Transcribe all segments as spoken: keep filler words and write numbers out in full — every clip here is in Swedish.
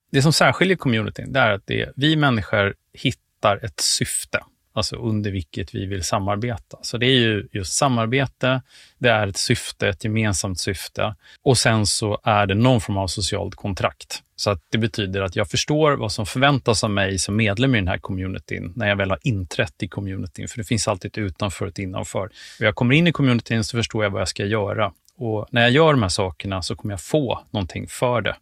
Det som särskiljer communityn, det är att det, vi människor hittar ett syfte, alltså under vilket vi vill samarbeta. Så det är ju just samarbete, det är ett syfte, ett gemensamt syfte. Och sen så är det någon form av socialt kontrakt. Så att det betyder att jag förstår vad som förväntas av mig som medlem i den här communityn när jag väl har inträtt i communityn. För det finns alltid ett utanför och ett innanför. Och jag kommer in i communityn så förstår jag vad jag ska göra. Och när jag gör de här sakerna så kommer jag få någonting för det.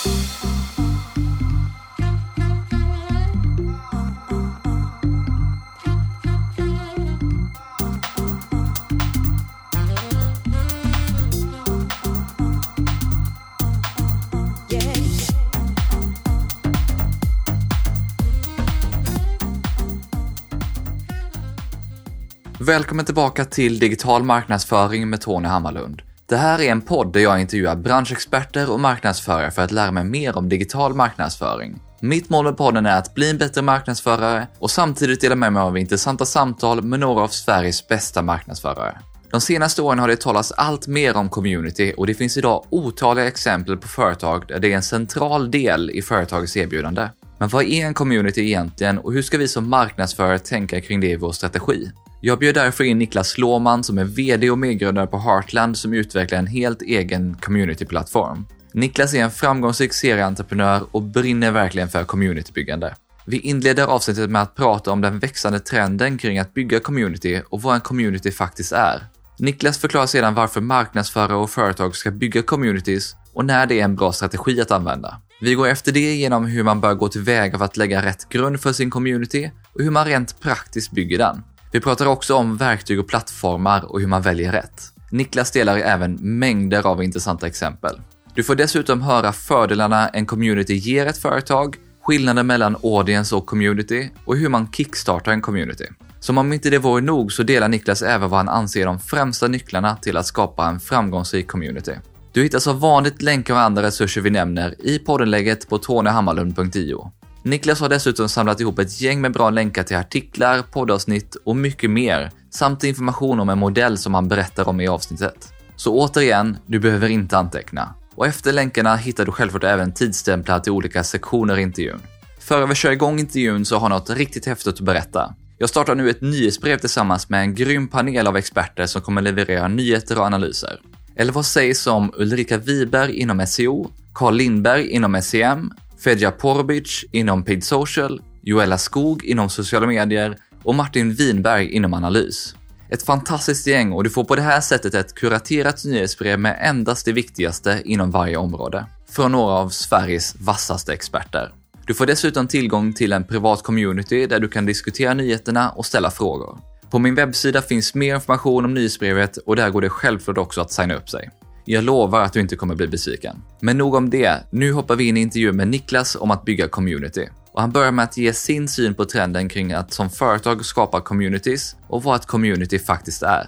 Välkommen tillbaka till Digital marknadsföring med Tony Hammarlund. Det här är en podd där jag intervjuar branschexperter och marknadsförare för att lära mig mer om digital marknadsföring. Mitt mål med podden är att bli en bättre marknadsförare och samtidigt dela med mig av intressanta samtal med några av Sveriges bästa marknadsförare. De senaste åren har det talats allt mer om community och det finns idag otaliga exempel på företag där det är en central del i företagets erbjudande. Men vad är en community egentligen och hur ska vi som marknadsförare tänka kring det i vår strategi? Jag bjöd därför in Niklas Lohman som är vd och medgrundare på Heartland som utvecklar en helt egen communityplattform. Niklas är en framgångsrik serieentreprenör och brinner verkligen för communitybyggande. Vi inleder avsnittet med att prata om den växande trenden kring att bygga community och vad en community faktiskt är. Niklas förklarar sedan varför marknadsförare och företag ska bygga communities och när det är en bra strategi att använda. Vi går efter det igenom hur man bör gå tillväga för att lägga rätt grund för sin community och hur man rent praktiskt bygger den. Vi pratar också om verktyg och plattformar och hur man väljer rätt. Niklas delar även mängder av intressanta exempel. Du får dessutom höra fördelarna en community ger ett företag, skillnaden mellan audience och community och hur man kickstartar en community. Som om inte det vore nog så delar Niklas även vad han anser de främsta nycklarna till att skapa en framgångsrik community. Du hittar som vanligt länkar och andra resurser vi nämner i poddenlägget på tony hammarlund punkt io. Niklas har dessutom samlat ihop ett gäng med bra länkar till artiklar, poddavsnitt och mycket mer, samt information om en modell som han berättar om i avsnittet. Så återigen, du behöver inte anteckna. Och efter länkarna hittar du självklart även tidsstämplar till olika sektioner i intervjun. Före vi kör igång intervjun så har något riktigt häftigt att berätta. Jag startar nu ett nyhetsbrev tillsammans med en grym panel av experter som kommer leverera nyheter och analyser. Eller vad sägs om Ulrika Wiberg inom S E O, Carl Lindberg inom S E M, Fedja Porbic inom Paid Social, Joella Skog inom sociala medier och Martin Winberg inom analys. Ett fantastiskt gäng och du får på det här sättet ett kuraterat nyhetsbrev med endast det viktigaste inom varje område. Från några av Sveriges vassaste experter. Du får dessutom tillgång till en privat community där du kan diskutera nyheterna och ställa frågor. På min webbsida finns mer information om nyhetsbrevet och där går det självklart också att signa upp sig. Jag lovar att du inte kommer bli besviken. Men nog om det, nu hoppar vi in i intervjun med Niklas om att bygga community. Och han börjar med att ge sin syn på trenden kring att som företag skapa communities och vad ett community faktiskt är.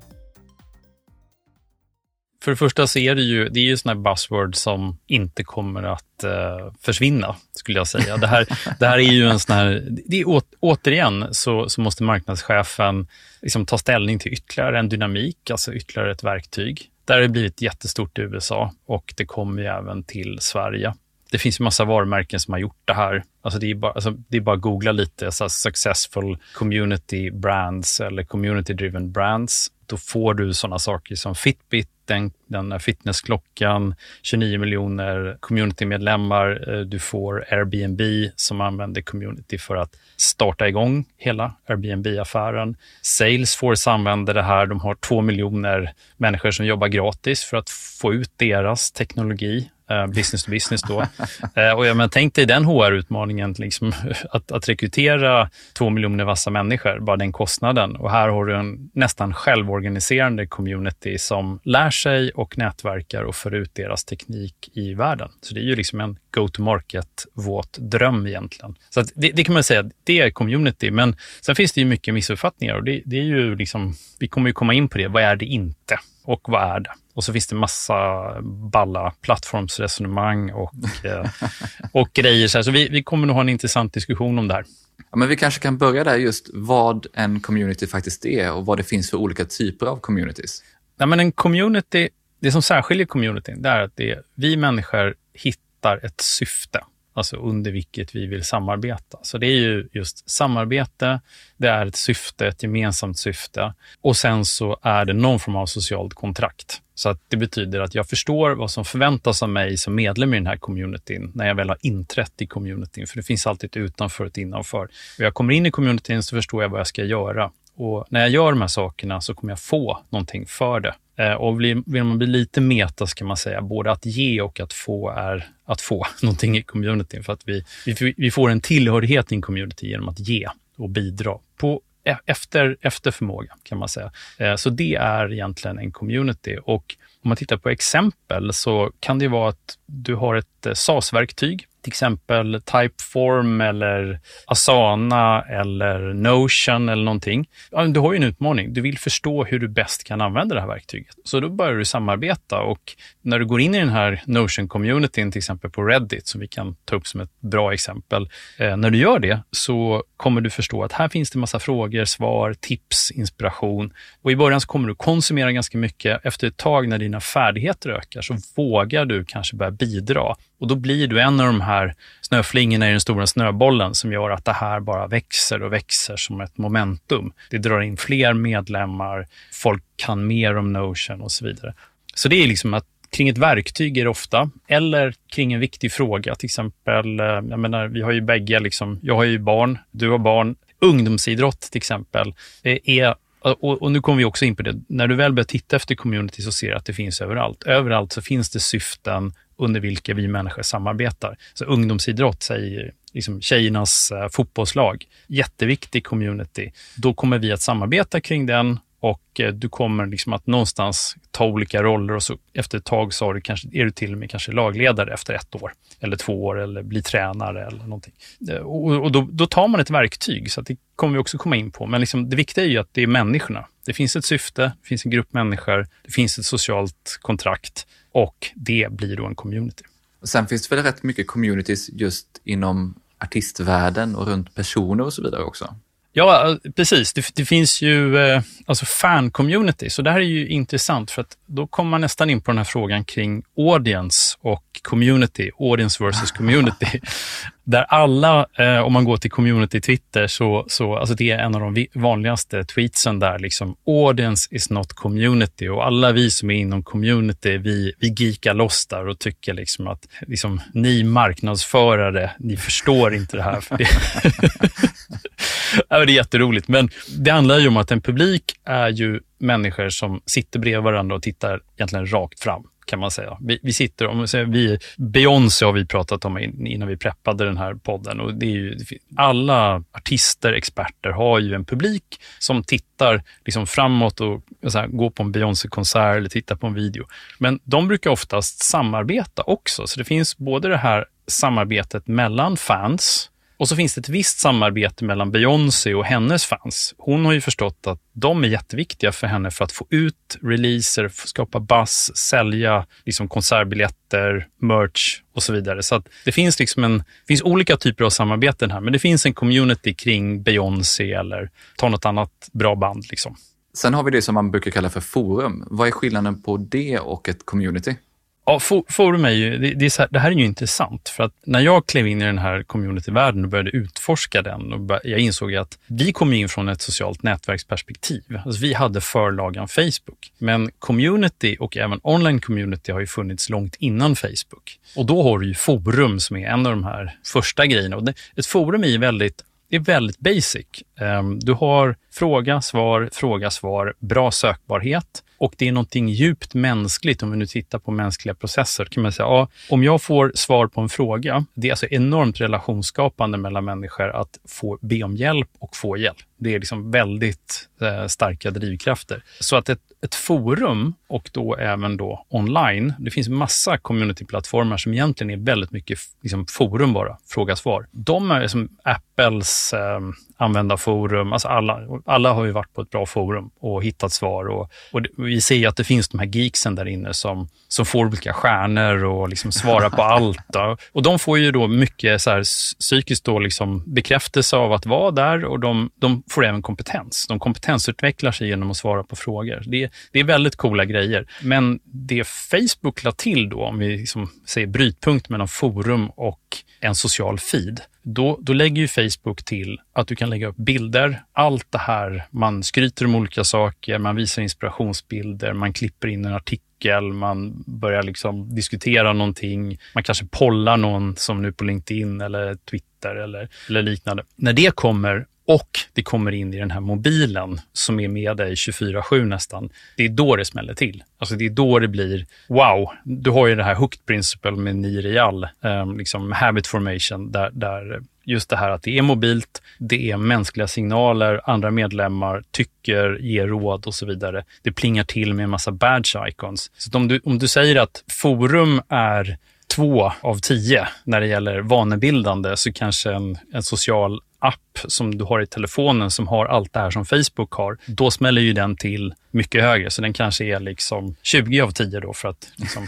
För det första så är det ju, det är ju sådana buzzword som inte kommer att uh, försvinna, skulle jag säga. Det här, det här är ju en sån här, det är å, återigen så, så måste marknadschefen liksom ta ställning till ytterligare en dynamik, alltså ytterligare ett verktyg. Där har det blivit jättestort i U S A och det kommer ju även till Sverige. Det finns ju massa varumärken som har gjort det här. Alltså det är bara, alltså det är bara att googla lite så successful community brands eller community driven brands. Då får du sådana saker som Fitbit, den, den här fitnessklockan, tjugonio miljoner communitymedlemmar. Du får Airbnb som använder community för att starta igång hela Airbnb-affären. Salesforce använder det här. De har två miljoner människor som jobbar gratis för att få ut deras teknologi. Uh, business to business då. uh, och jag men, tänk dig den H R-utmaningen liksom, att, att rekrytera två miljoner vassa människor, bara den kostnaden. Och här har du en nästan självorganiserande community som lär sig och nätverkar och för ut deras teknik i världen. Så det är ju liksom en go-to-market våt dröm egentligen. Så att det, det kan man säga, det är community. Men sen finns det ju mycket missuppfattningar och det, det är ju liksom, vi kommer ju komma in på det. Vad är det inte? Och vad är det? Och så finns det massa balla plattformsresonemang och, eh, och grejer. Så, här. Så vi, vi kommer nog ha en intressant diskussion om det här. Ja, men vi kanske kan börja där just vad en community faktiskt är och vad det finns för olika typer av communities. Ja, men en community, det som särskiljer communityn, det är att det är, vi människor hittar ett syfte, alltså under vilket vi vill samarbeta. Så det är ju just samarbete, det är ett syfte, ett gemensamt syfte, och sen så är det någon form av socialt kontrakt. Så att det betyder att jag förstår vad som förväntas av mig som medlem i den här communityn när jag väl har inträtt i communityn, för det finns alltid ett utanför och ett innanför. Och jag kommer in i communityn så förstår jag vad jag ska göra. Och när jag gör de här sakerna så kommer jag få någonting för det. Eh, och vill, vill man bli lite meta så kan man säga både att ge och att få är att få någonting i communityn. För att vi, vi, vi får en tillhörighet i en community genom att ge och bidra på efter, efter förmåga kan man säga. Eh, så det är egentligen en community. Och om man tittar på exempel så kan det vara att du har ett eh, S A S-verktyg. Till exempel Typeform eller Asana eller Notion eller någonting. Ja, du har ju en utmaning. Du vill förstå hur du bäst kan använda det här verktyget. Så då börjar du samarbeta, och när du går in i den här Notion-communityn till exempel på Reddit, som vi kan ta upp som ett bra exempel. Eh, när du gör det så kommer du förstå att här finns det massa frågor, svar, tips, inspiration. Och i början så kommer du konsumera ganska mycket. Efter ett tag när dina färdigheter ökar så vågar du kanske börja bidra. Och då blir du en av de här snöflingorna i den stora snöbollen som gör att det här bara växer och växer som ett momentum. Det drar in fler medlemmar, folk kan mer om Notion och så vidare. Så det är liksom att kring ett verktyg är det ofta, eller kring en viktig fråga. Till exempel, jag menar, vi har ju bägge, liksom, jag har ju barn, du har barn. Ungdomsidrott till exempel är... Och, och nu kommer vi också in på det. När du väl börjar titta efter community så ser du att det finns överallt. Överallt så finns det syften under vilka vi människor samarbetar. Så ungdomsidrott, säger liksom tjejernas uh, fotbollslag, jätteviktig community. Då kommer vi att samarbeta kring den, och uh, du kommer liksom att någonstans ta olika roller, och så efter ett tag så har du kanske, är du till och med kanske lagledare efter ett år eller två år, eller blir tränare eller någonting. Uh, och och då, då tar man ett verktyg, så att det kommer vi också komma in på. Men liksom, det viktiga är ju att det är människorna. Det finns ett syfte, det finns en grupp människor, det finns ett socialt kontrakt, och det blir då en community. Sen finns det väl rätt mycket communities just inom artistvärlden och runt personer och så vidare också? Ja, precis. Det, det finns ju eh, alltså fan-community, så det här är ju intressant, för att då kommer man nästan in på den här frågan kring audience och community, audience versus community. Där alla, eh, om man går till community Twitter, så, så alltså det är en av de vanligaste tweetsen där, liksom audience is not community, och alla vi som är inom community, vi, vi geekar loss där och tycker liksom att liksom, ni marknadsförare, ni förstår inte det här. För det ja, det är jätteroligt, men det handlar ju om att en publik är ju människor som sitter bredvid varandra och tittar egentligen rakt fram, kan man säga. Vi, vi sitter, om vi säger, vi, Beyoncé har vi pratat om innan vi preppade den här podden, och det är ju, alla artister, experter har ju en publik som tittar liksom framåt och så här, går på en Beyoncé-konsert eller tittar på en video. Men de brukar oftast samarbeta också, så det finns både det här samarbetet mellan fans, och så finns det ett visst samarbete mellan Beyoncé och hennes fans. Hon har ju förstått att de är jätteviktiga för henne för att få ut releaser, skapa buzz, sälja liksom konsertbiljetter, merch och så vidare. Så att det finns liksom en, finns olika typer av samarbeten här, men det finns en community kring Beyoncé eller ta något annat bra band liksom. Sen har vi det som man brukar kalla för forum. Vad är skillnaden på det och ett community? Ja, forum är ju, det, det, är så här, det här är ju intressant, för att när jag klev in i den här communityvärlden och började utforska den, och bör, jag insåg att vi kom in från ett socialt nätverksperspektiv. Alltså vi hade förlagan Facebook, men community och även online community har ju funnits långt innan Facebook. Och då har du ju forum som är en av de här första grejerna. Och det, ett forum är ju väldigt, det är väldigt basic. Um, du har fråga, svar, fråga, svar, bra sökbarhet. Och det är någonting djupt mänskligt, om vi nu tittar på mänskliga processer. Kan man säga, ja, om jag får svar på en fråga, det är alltså enormt relationsskapande mellan människor att få be om hjälp och få hjälp. Det är liksom väldigt eh, starka drivkrafter. Så att ett, ett forum, och då även då online, det finns massa communityplattformar som egentligen är väldigt mycket liksom, forum bara, fråga-svar. De är som Apples eh, användarforum, alltså alla, alla har ju varit på ett bra forum och hittat svar, och, och vi ser att det finns de här geeksen där inne som, som får olika stjärnor och liksom svarar på allt. Då. Och de får ju då mycket så här, psykiskt då liksom bekräftelse av att vara där, och de, de får även kompetens. De kompetensutvecklar sig genom att svara på frågor. Det, det är väldigt coola grejer. Men det Facebook la till då, om vi liksom säger brytpunkt mellan forum och en social feed, då, då lägger ju Facebook till att du kan lägga upp bilder, allt det här, man skryter om olika saker, man visar inspirationsbilder, man klipper in en artikel, man börjar liksom diskutera någonting, man kanske pollar någon som nu på LinkedIn eller Twitter eller, eller liknande. När det kommer och det kommer in i den här mobilen som är med dig tjugofyra sju nästan, det är då det smäller till. Alltså det är då det blir, wow, du har ju det här hooked principle med Nirial, um, liksom habit formation, där, där just det här att det är mobilt, det är mänskliga signaler, andra medlemmar tycker, ger råd och så vidare. Det plingar till med en massa badge icons. Så om du, om du säger att forum är två av tio när det gäller vanebildande, så kanske en, en social app som du har i telefonen som har allt det här som Facebook har, då smäller ju den till mycket högre. Så den kanske är liksom tjugo av tio då, för att liksom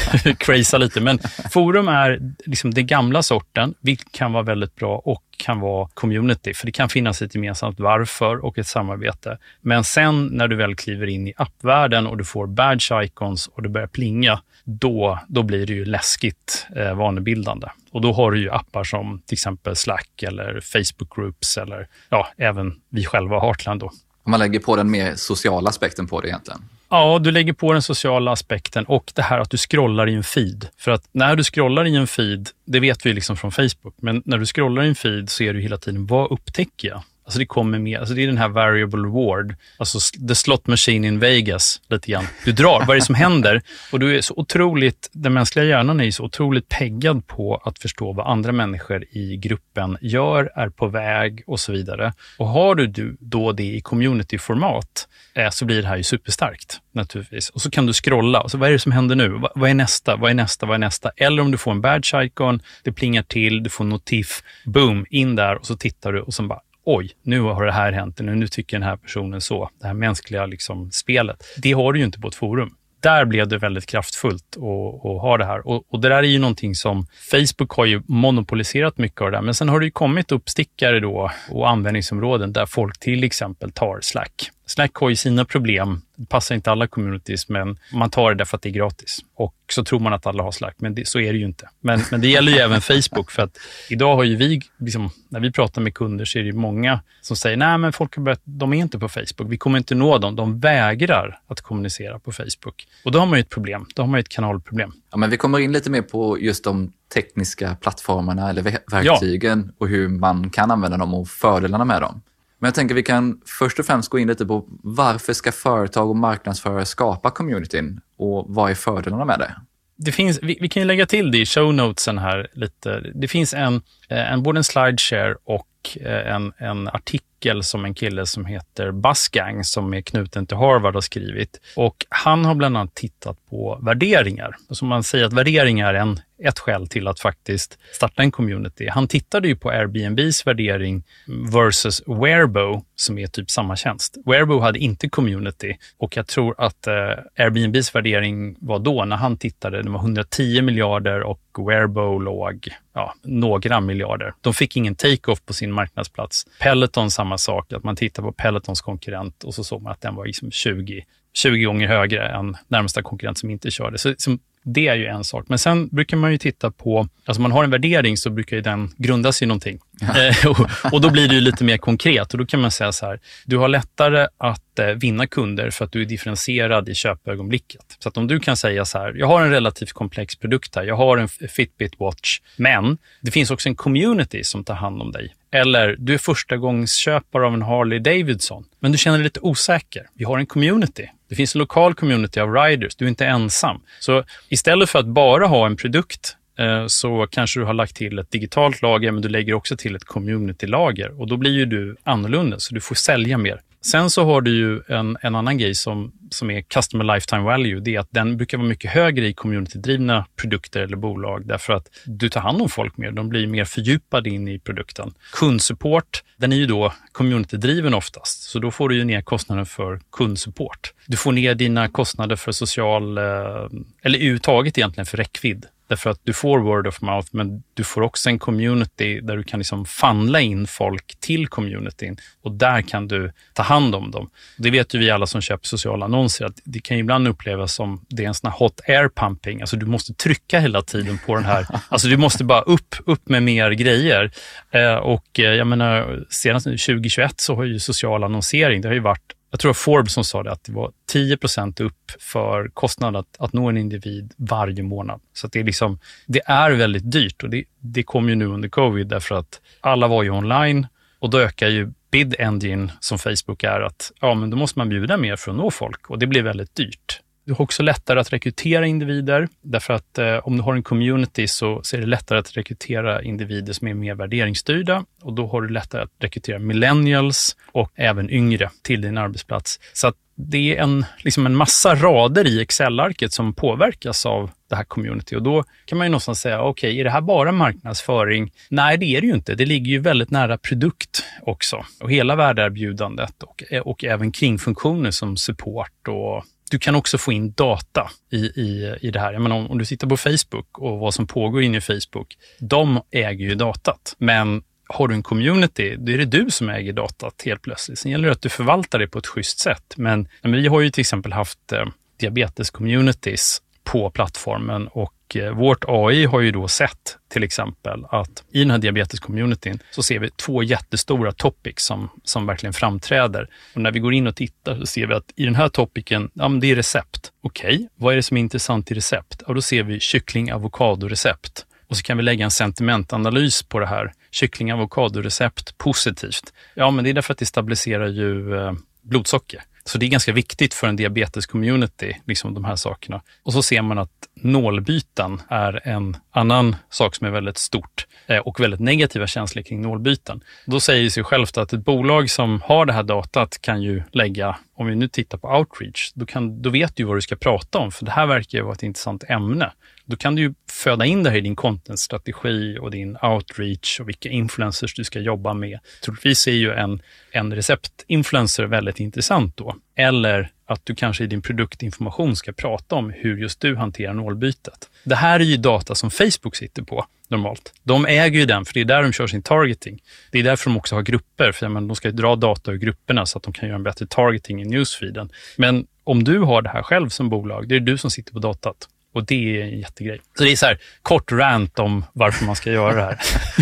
craza lite. Men forum är liksom det gamla sorten, vilket kan vara väldigt bra och kan vara community. För det kan finnas ett gemensamt varför och ett samarbete. Men sen när du väl kliver in i appvärlden och du får badge icons och det börjar plinga, då, då blir det ju läskigt eh, vanebildande. Och då har du ju appar som till exempel Slack eller Facebook Groups eller ja, även vi själva Heartland då. Man lägger på den mer sociala aspekten på det egentligen. Ja, du lägger på den sociala aspekten och det här att du scrollar i en feed. För att när du scrollar i en feed, det vet vi liksom från Facebook, men när du scrollar i en feed så är du hela tiden, vad upptäcker jag? Alltså det kommer med, alltså det är den här variable reward, alltså the slot machine in Vegas lite grann. Du drar, vad är det som händer? Och du är så otroligt, den mänskliga hjärnan är så otroligt peggad på att förstå vad andra människor i gruppen gör, är på väg och så vidare. Och har du då det i community-format eh, så blir det här ju superstarkt naturligtvis. Och så kan du scrolla, och så vad är det som händer nu? Va, vad är nästa? Vad är nästa? Vad är nästa? Eller om du får en badge icon, det plingar till, du får en notif, boom, in där och så tittar du och så bara oj, nu har det här hänt, nu, nu tycker den här personen så. Det här mänskliga liksom, spelet. Det har du ju inte på ett forum. Där blev det väldigt kraftfullt att, att ha det här. Och, och det där är ju någonting som Facebook har ju monopoliserat mycket av det där. Men sen har det ju kommit uppstickare då och användningsområden där folk till exempel tar Slack. Slack har ju sina problem. Det passar inte alla communities, men man tar det därför att det är gratis. Och så tror man att alla har Slack, men det, så är det ju inte. Men, men det gäller ju även Facebook, för att idag har ju vi, liksom, när vi pratar med kunder så är det ju många som säger nej men folk har börjat, de är inte på Facebook, vi kommer inte nå dem, de vägrar att kommunicera på Facebook. Och då har man ju ett problem, då har man ju ett kanalproblem. Ja, men vi kommer in lite mer på just de tekniska plattformarna eller verktygen ja. Och hur man kan använda dem och fördelarna med dem. Men jag tänker vi kan först och främst gå in lite på varför ska företag och marknadsförare skapa communityn och vad är fördelarna med det? Det finns, vi, vi kan ju lägga till det i show notesen här lite. Det finns en, en både en slideshare och en, en artikel som en kille som heter Busgang som är knuten till Harvard har skrivit. Och han har bland annat tittat på värderingar. Alltså man säger att värderingar är en, ett skäl till att faktiskt starta en community. Han tittade ju på Airbnbs värdering versus Vrbo som är typ samma tjänst. Vrbo hade inte community och jag tror att eh, Airbnbs värdering var då när han tittade, det var hundratio miljarder och Vrbo låg ja, några miljarder. De fick ingen take-off på sin marknadsplats. Peloton samma sak, att man tittar på Pelotons konkurrent och så såg man att den var liksom tjugo, tjugo gånger högre än närmsta konkurrent som inte körde. Så liksom, det är ju en sak. Men sen brukar man ju titta på, alltså man har en värdering så brukar ju den grundas i någonting. Ja. Eh, och, och då blir det ju lite mer konkret och då kan man säga så här, du har lättare att eh, vinna kunder för att du är differentierad i köpögonblicket. Så att om du kan säga så här, jag har en relativt komplex produkt här, jag har en Fitbit Watch, men det finns också en community som tar hand om dig. Eller du är första gångs köpare av en Harley Davidson, men du känner dig lite osäker. Vi har en community. Det finns en lokal community av riders. Du är inte ensam. Så istället för att bara ha en produkt eh, så kanske du har lagt till ett digitalt lager, men du lägger också till ett community-lager. Och då blir ju du annorlunda, så du får sälja mer. Sen så har du ju en, en annan grej som, som är customer lifetime value. Det är att den brukar vara mycket högre i community-drivna produkter eller bolag. Därför att du tar hand om folk mer. De blir mer fördjupade in i produkten. Kundsupport, den är ju då community-driven oftast. Så då får du ju ner kostnaden för kundsupport. Du får ner dina kostnader för social, eller överhuvudtaget egentligen för räckvidd. Därför att du får word of mouth, men du får också en community där du kan liksom funnla in folk till communityn. Och där kan du ta hand om dem. Det vet ju vi alla som köper sociala annonser, att det kan ibland upplevas som det är en sån här hot air pumping. Alltså du måste trycka hela tiden på den här. Alltså du måste bara upp, upp med mer grejer. Eh, och eh, jag menar, senast tjugohundratjugoett så har ju social annonsering, det har ju varit, jag tror att Forbes som sa det, att det var tio procent upp för kostnad att, att nå en individ varje månad. Så att det är liksom, det är väldigt dyrt, och det, det kom ju nu under covid därför att alla var ju online, och då ökar ju bid engine som Facebook är att ja, men då måste man bjuda mer för att nå folk, och det blir väldigt dyrt. Du har också lättare att rekrytera individer, därför att eh, om du har en community så, så är det lättare att rekrytera individer som är mer värderingsstyrda, och då har du lättare att rekrytera millennials och även yngre till din arbetsplats. Så att det är en, liksom en massa rader i Excel-arket som påverkas av det här community, och då kan man ju någonstans säga, okej, okay, är det här bara marknadsföring? Nej, det är det ju inte. Det ligger ju väldigt nära produkt också, och hela värdeerbjudandet och, och även kringfunktioner som support, och du kan också få in data i, i, i det här. Jag menar, om, om du tittar på Facebook och vad som pågår inne i Facebook, de äger ju datat. Men har du en community, då är det du som äger datat helt plötsligt. Sen gäller det att du förvaltar det på ett schysst sätt. Men, men vi har ju till exempel haft eh, diabetes-communities på plattformen, och eh, vårt A I har ju då sett till exempel att i den här diabetes-communityn så ser vi två jättestora topics som, som verkligen framträder. Och när vi går in och tittar så ser vi att i den här topicen, ja, men det är recept. Okej, okay, vad är det som är intressant i recept? Ja, då ser vi kyckling-avokado-recept. Och så kan vi lägga en sentimentanalys på det här. Kyckling-avokado-recept positivt. Ja, men det är därför att det stabiliserar ju eh, blodsocker. Så det är ganska viktigt för en diabetes-community, liksom de här sakerna. Och så ser man att nålbyten är en annan sak som är väldigt stort eh, och väldigt negativa känslor kring nålbyten. Då säger det sig självt att ett bolag som har det här datat kan ju lägga, om vi nu tittar på outreach, då, kan, då vet du vad du ska prata om, för det här verkar ju vara ett intressant ämne. Då kan du ju föda in det här i din content-strategi och din outreach och vilka influencers du ska jobba med. Troligtvis är ju en, en recept-influencer väldigt intressant då. Eller att du kanske i din produktinformation ska prata om hur just du hanterar nålbytet. Det här är ju data som Facebook sitter på normalt. De äger ju den, för det är där de kör sin targeting. Det är därför de också har grupper, för men, de ska ju dra data ur grupperna så att de kan göra en bättre targeting i newsfeeden. Men om du har det här själv som bolag, det är du som sitter på datat. Och det är en jättegrej. Så det är så här kort rant om varför man ska göra det här.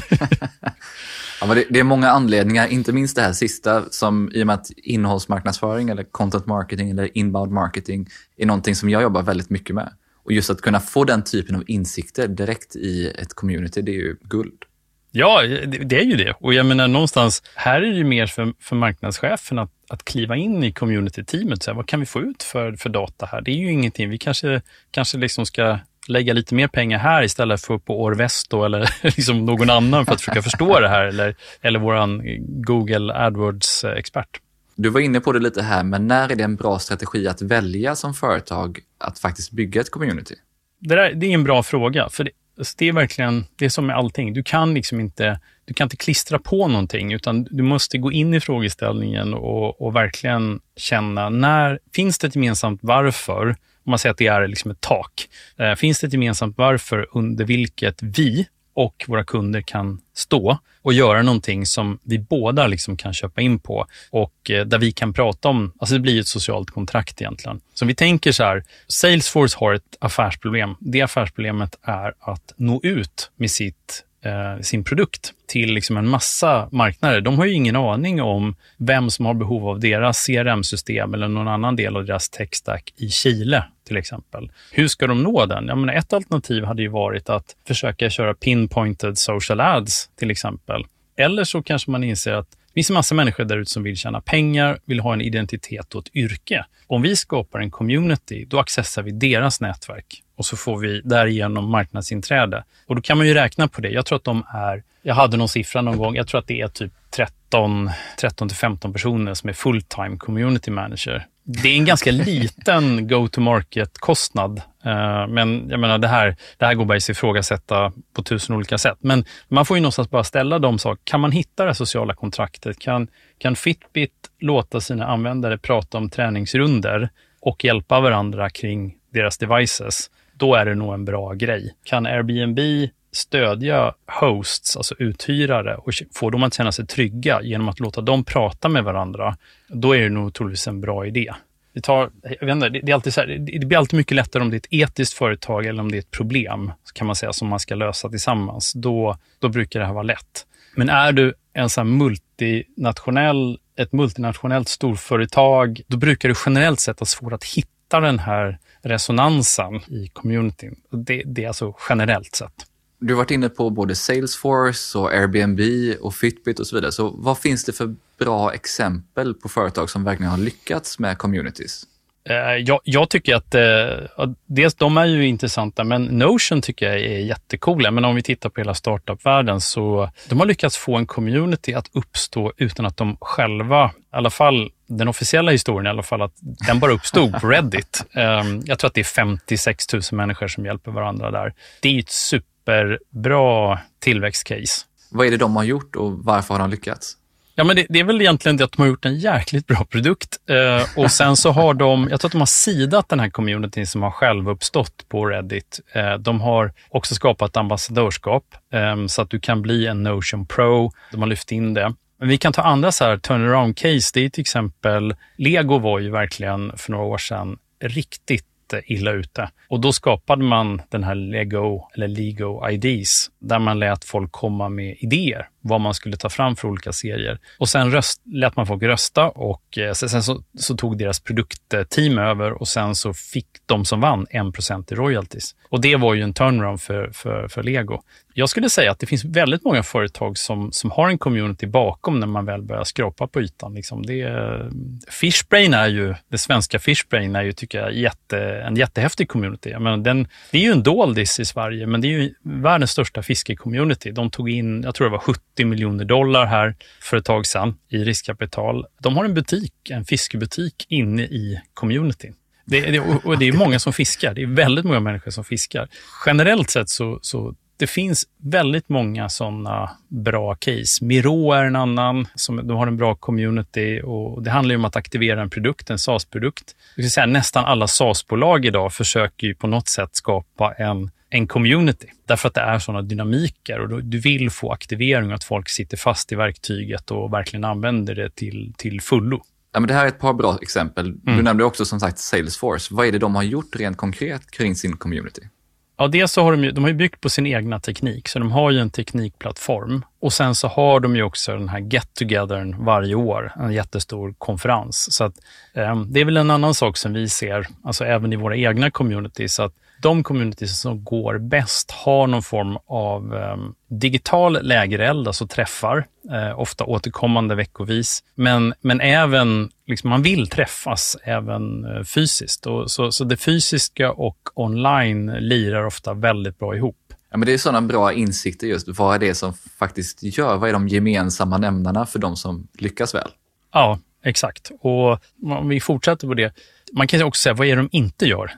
Ja, men det, det är många anledningar, inte minst det här sista, som i och med att innehållsmarknadsföring eller content marketing eller inbound marketing är någonting som jag jobbar väldigt mycket med. Och just att kunna få den typen av insikter direkt i ett community, det är ju guld. Ja, det är ju det. Och jag menar någonstans, här är det ju mer för, för marknadschefen att, att kliva in i community-teamet. Så här, vad kan vi få ut för, för data här? Det är ju ingenting. Vi kanske, kanske liksom ska lägga lite mer pengar här istället för på Orvesto eller liksom någon annan för att försöka förstå det här. Eller, eller våran Google AdWords-expert. Du var inne på det lite här, men när är det en bra strategi att välja som företag att faktiskt bygga ett community? Det, där, det är en bra fråga, för det, det är verkligen, det är som med allting. Du kan liksom inte, du kan inte klistra på någonting, utan du måste gå in i frågeställningen och, och verkligen känna, när finns det ett gemensamt varför? Om man säger att det är liksom ett tak. Eh, finns det ett gemensamt varför under vilket vi och våra kunder kan stå och göra någonting som vi båda liksom kan köpa in på och eh, där vi kan prata om, alltså det blir ett socialt kontrakt egentligen. Så vi tänker så här, Salesforce har ett affärsproblem. Det affärsproblemet är att nå ut med sitt eh, sin produkt till liksom en massa marknader. De har ju ingen aning om vem som har behov av deras C R M-system eller någon annan del av deras tech-stack i Chile till exempel. Hur ska de nå den? Jag menar, ett alternativ hade ju varit att försöka köra pinpointed social ads till exempel. Eller så kanske man inser att det finns en massa människor där ute som vill tjäna pengar, vill ha en identitet och ett yrke. Om vi skapar en community, då accessar vi deras nätverk och så får vi därigenom marknadsinträde. Och då kan man ju räkna på det. Jag tror att de är, jag hade någon siffra någon gång, jag tror att det är typ tretton till femton personer som är full-time community manager. Det är en ganska liten go-to-market-kostnad. Uh, men jag menar, det här, det här går bara att ifrågasätta på tusen olika sätt. Men man får ju någonstans bara ställa de saker. Kan man hitta det sociala kontraktet? Kan, kan Fitbit låta sina användare prata om träningsrunder och hjälpa varandra kring deras devices? då är det nog en bra grej. Kan Airbnb stödja hosts, alltså uthyrare, och få dem att känna sig trygga genom att låta dem prata med varandra, då är det nog troligtvis en bra idé. Det, tar, jag vet inte, det, är alltid så här, det blir alltid mycket lättare om det är ett etiskt företag eller om det är ett problem, kan man säga, som man ska lösa tillsammans. Då, då brukar det här vara lätt. Men är du en sån här multinationell, ett multinationellt storföretag, då brukar det generellt sett vara svårt att hitta den här resonansen i communityn. Det, det är alltså generellt sett. Du har varit inne på både Salesforce och Airbnb och Fitbit och så vidare. Så vad finns det för bra exempel på företag som verkligen har lyckats med communities? Jag, jag tycker att eh, dels de är ju intressanta, men Notion tycker jag är jättekola. Men om vi tittar på hela startup-världen, så de har lyckats få en community att uppstå utan att de själva, i alla fall den officiella historien i alla fall, att den bara uppstod på Reddit. Um, jag tror att det är femtiosex tusen människor som hjälper varandra där. Det är ett superbra tillväxtcase. Vad är det de har gjort och varför har de lyckats? Ja, men det, det är väl egentligen det att de har gjort en jäkligt bra produkt. Eh, och sen så har de, jag tror att de har sidat den här communityn som har själv uppstått på Reddit. Eh, de har också skapat ambassadörskap eh, så att du kan bli en Notion Pro. De har lyft in det. Men vi kan ta andra så här turnaround-case. Det är till exempel, Lego var ju verkligen för några år sedan riktigt illa ute. Och då skapade man den här Lego eller Lego I Ds där man lät folk komma med idéer vad man skulle ta fram för olika serier. Och sen röst, lät man folk rösta och eh, sen så, så tog deras produktteam över och sen så fick de som vann en procent i royalties. Och det var ju en turnaround för, för, för Lego. Jag skulle säga att det finns väldigt många företag som, som har en community bakom när man väl börjar skrapa på ytan. Liksom det, Fishbrain är ju, det svenska Fishbrain är ju, tycker jag, jätte, en jättehäftig community. Jag menar, den, det är ju en doldis i Sverige, men det är ju världens största fiskecommunity. De tog in, jag tror det var sjuttio miljoner dollar här för ett tag sedan i riskkapital. De har en butik, en fiskebutik inne i communityn. Det, det, och det är många som fiskar. Det är väldigt många människor som fiskar. Generellt sett så, så det finns väldigt många sådana bra case. Miro är en annan, som, de har en bra community och det handlar ju om att aktivera en produkt, en SaaS-produkt. Jag vill säga, nästan alla SaaS-bolag idag försöker ju på något sätt skapa en, en community. Därför att det är sådana dynamiker och du vill få aktivering, att folk sitter fast i verktyget och verkligen använder det till, till fullo. Ja, men det här är ett par bra exempel. Mm. Du nämnde också som sagt Salesforce. Vad är det de har gjort rent konkret kring sin community? Ja, dels så har de ju, de har ju byggt på sin egna teknik, så de har ju en teknikplattform. Och sen så har de ju också den här get-togethern varje år, en jättestor konferens. Så att, eh, det är väl en annan sak som vi ser, alltså även i våra egna communities, att de communities som går bäst har någon form av eh, digital lägereld, alltså träffar, eh, ofta återkommande veckovis. Men, men även, liksom, man vill träffas även eh, fysiskt. Och så, så det fysiska och online lirar ofta väldigt bra ihop. Ja, men det är sådana bra insikter just. Vad är det som faktiskt gör? Vad är de gemensamma nämnarna för de som lyckas väl? Ja, exakt. Och om vi fortsätter på det, man kan också säga, vad är det de inte gör?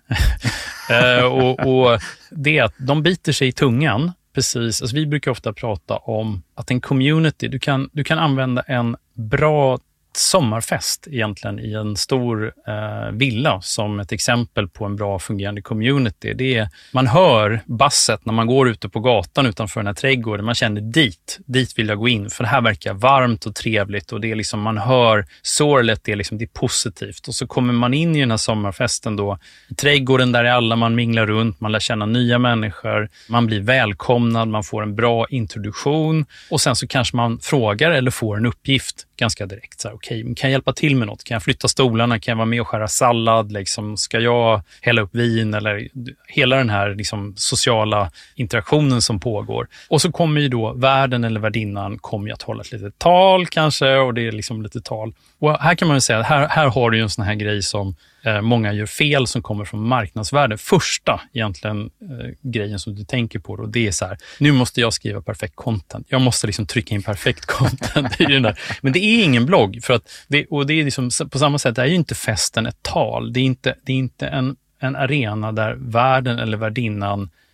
uh, och, och det är att de biter sig i tungan. Precis. Alltså, vi brukar ofta prata om att en community, du kan, du kan använda en bra sommarfest egentligen i en stor eh, villa som ett exempel på en bra fungerande community. Det är, man hör basset när man går ute på gatan utanför den här trädgården. Man känner dit, dit vill jag gå in, för det här verkar varmt och trevligt och det är liksom, man hör sorlet, det är liksom, det är positivt. Och så kommer man in i den här sommarfesten då, i trädgården där är alla, man minglar runt, man lär känna nya människor, man blir välkomnad, man får en bra introduktion och sen så kanske man frågar eller får en uppgift ganska direkt. Så här, okej, okay, kan jag hjälpa till med något? Kan jag flytta stolarna? Kan jag vara med och skära sallad? Liksom, ska jag hälla upp vin? Eller hela den här liksom, sociala interaktionen som pågår. Och så kommer ju då värden eller värdinnan kommer ju att hålla ett litet tal kanske, och det är liksom lite tal. Och här kan man ju säga, här, här har du ju en sån här grej som eh, många gör fel som kommer från marknadsvärde. Första egentligen eh, grejen som du tänker på då, det är så här, nu måste jag skriva perfekt content. Jag måste liksom trycka in perfekt content i den där. Men det är ingen blogg, för att det, och det är liksom, på samma sätt, det är ju inte festen ett tal. Det är inte, det är inte en, en arena där värden eller värdinnan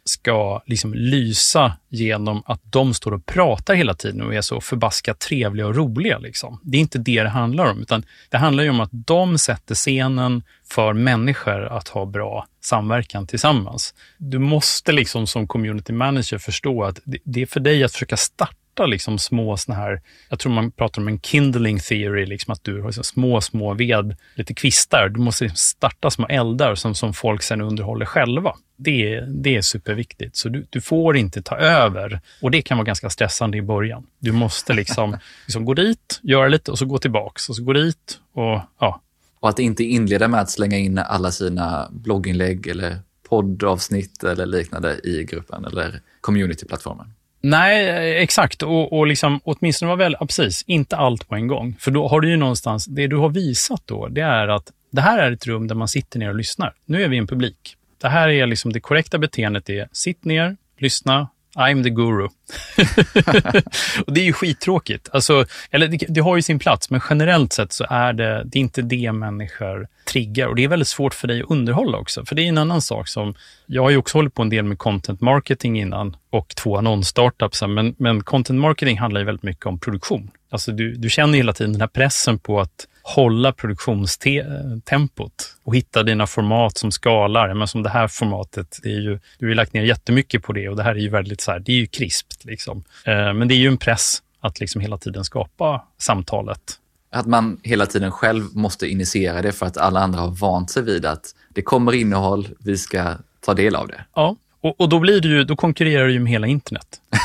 ska liksom lysa genom att de står och pratar hela tiden och är så förbaskat trevliga och roliga. Liksom. Det är inte det det handlar om, utan det handlar ju om att de sätter scenen för människor att ha bra samverkan tillsammans. Du måste liksom som community manager förstå att det är för dig att försöka starta liksom små såna här, jag tror man pratar om en kindling theory, liksom att du har liksom små, små ved, lite kvistar. Du måste starta små eldar som, som folk sen underhåller själva. Det är, det är superviktigt. Så du, du får inte ta över. Och det kan vara ganska stressande i början. Du måste liksom, liksom gå dit, göra lite och så gå tillbaks. Och så gå dit och ja. Och att inte inleda med att slänga in alla sina blogginlägg eller poddavsnitt eller liknande i gruppen eller communityplattformen. Nej, exakt. Och, och liksom, åtminstone var väl, ja, precis, inte allt på en gång. För då har du ju någonstans, det du har visat då, det är att det här är ett rum där man sitter ner och lyssnar. Nu är vi en publik. Det här är liksom det korrekta beteendet är, sitt ner, lyssna, I'm the guru. Och det är ju skittråkigt. Alltså, eller det, det har ju sin plats, men generellt sett så är det, det är inte det människor triggar. Och det är väldigt svårt för dig att underhålla också. För det är en annan sak som, jag har ju också hållit på en del med content marketing innan och två annons-startups. Men, men content marketing handlar ju väldigt mycket om produktion. Alltså du, du känner hela tiden den här pressen på att hålla produktionstempot och hitta dina format som skalar. Men som det här formatet, det är ju, du har ju lagt ner jättemycket på det och det här är ju väldigt så här, det är ju krispt liksom. Eh, men det är ju en press att liksom hela tiden skapa samtalet. Att man hela tiden själv måste initiera det för att alla andra har vant sig vid att det kommer innehåll, vi ska ta del av det. Ja, och, och då blir det ju, då konkurrerar du ju med hela internet.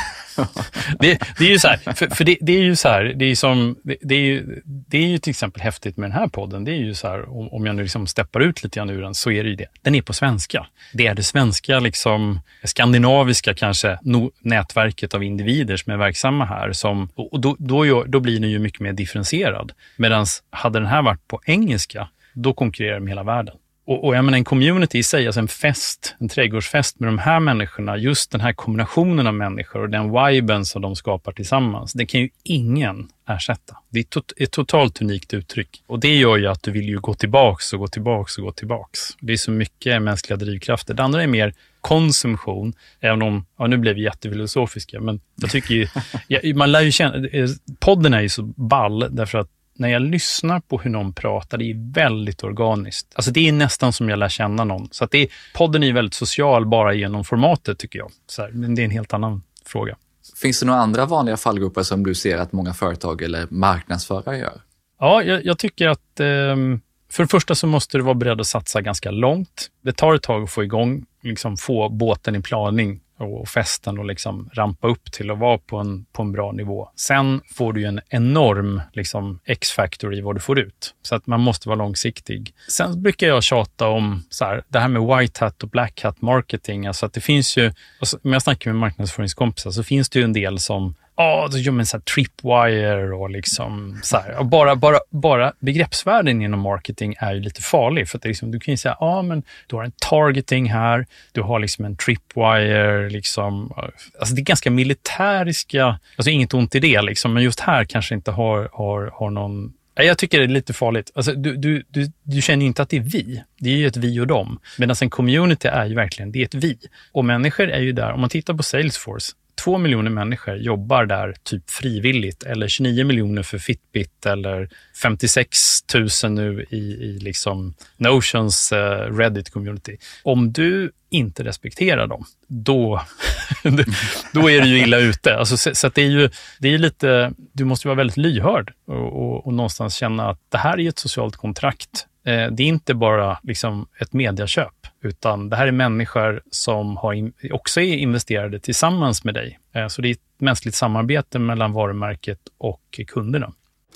det, det är ju så här, för, för det, det är ju så här, det är som, det, det är ju, det är ju till exempel häftigt med den här podden, det är ju så här, om, om jag nu liksom steppar ut lite grann ur den, så är det ju det. Den är på svenska. Det är det svenska, liksom, skandinaviska kanske, no, nätverket av individer som är verksamma här, som, och då, då, då blir den ju mycket mer differentierad. Medan hade den här varit på engelska, då konkurrerar den med hela världen. Och, och jag menar, en community i sig, alltså en fest, en trädgårdsfest med de här människorna, just den här kombinationen av människor och den viben som de skapar tillsammans, det kan ju ingen ersätta. Det är tot, ett totalt unikt uttryck. Och det gör ju att du vill ju gå tillbaks och gå tillbaks och gå tillbaks. Det är så mycket mänskliga drivkrafter. Det andra är mer konsumtion, även om, ja, nu blev vi jättefilosofiska, men jag tycker ju, ja, man lär ju känna, podden är ju så ball därför att när jag lyssnar på hur någon pratar, det är väldigt organiskt. Alltså det är nästan som jag lär känna någon. Så att det är, podden är väldigt social bara genom formatet, tycker jag. Så här, men det är en helt annan fråga. Finns det några andra vanliga fallgrupper som du ser att många företag eller marknadsförare gör? Ja, jag, jag tycker att eh, för det första så måste du vara beredd att satsa ganska långt. Det tar ett tag att få igång, liksom få båten i planing och festen och liksom rampa upp till att vara på en, på en bra nivå. Sen får du ju en enorm liksom, X-factor i vad du får ut. Så att man måste vara långsiktig. Sen brukar jag tjata om så här, det här med white hat och black hat marketing. Alltså att det finns ju, alltså, om jag snackar med marknadsföringskompisar så finns det ju en del som ja, då gör man så här tripwire och liksom så här. Och bara, bara, bara begreppsvärlden inom marketing är ju lite farlig. För att det liksom, du kan ju säga, ja men du har en targeting här, du har liksom en tripwire, liksom. Alltså det är ganska militäriska, alltså inget ont i det liksom, men just här kanske inte har, har, har någon. Jag tycker det är lite farligt. Alltså, du, du, du, du känner ju inte att det är vi. Det är ju ett vi och dem. Medan en community är ju verkligen, det är ett vi. Och människor är ju där, om man tittar på Salesforce, två miljoner människor jobbar där typ frivilligt, eller tjugonio miljoner för Fitbit, eller femtiosex tusen nu i, i liksom Notions uh, Reddit-community. Om du inte respekterar dem, då, då är du ju illa ute. Alltså, så, så att det är ju det är lite, du måste vara väldigt lyhörd och, och, och någonstans känna att det här är ett socialt kontrakt. Eh, det är inte bara liksom ett mediaköp, utan det här är människor som har in, också är investerade tillsammans med dig. Eh, så det är ett mänskligt samarbete mellan varumärket och kunderna.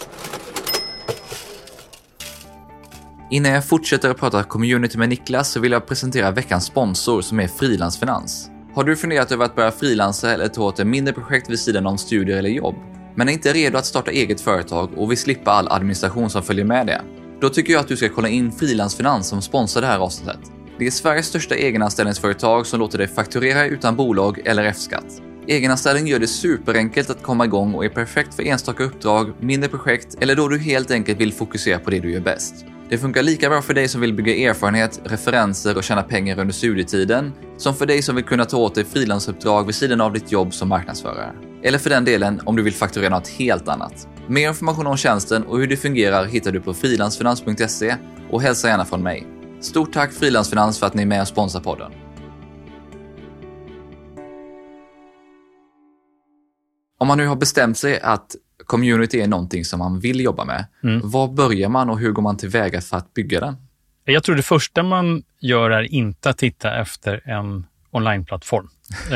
Innan jag fortsätter att prata community med Niklas så vill jag presentera veckans sponsor som är Frilansfinans. Har du funderat över att börja frilansa eller ta åt ett mindre projekt vid sidan om studier eller jobb, men är inte redo att starta eget företag och vill slippa all administration som följer med det? Då tycker jag att du ska kolla in Frilansfinans som sponsrar det här avsnittet. Det är Sveriges största egenanställningsföretag som låter dig fakturera utan bolag eller F-skatt. Egenanställning gör det superenkelt att komma igång och är perfekt för enstaka uppdrag, mindre projekt eller då du helt enkelt vill fokusera på det du gör bäst. Det funkar lika bra för dig som vill bygga erfarenhet, referenser och tjäna pengar under studietiden, som för dig som vill kunna ta åt dig frilansuppdrag vid sidan av ditt jobb som marknadsförare. Eller för den delen om du vill fakturera något helt annat. Mer information om tjänsten och hur det fungerar hittar du på frilansfinans punkt se och hälsa gärna från mig. Stort tack Frilansfinans för att ni är med och sponsrar podden. Om man nu har bestämt sig att community är någonting som man vill jobba med, mm. var börjar man och hur går man tillväga för att bygga den? Jag tror det första man gör är inte att titta efter en onlineplattform.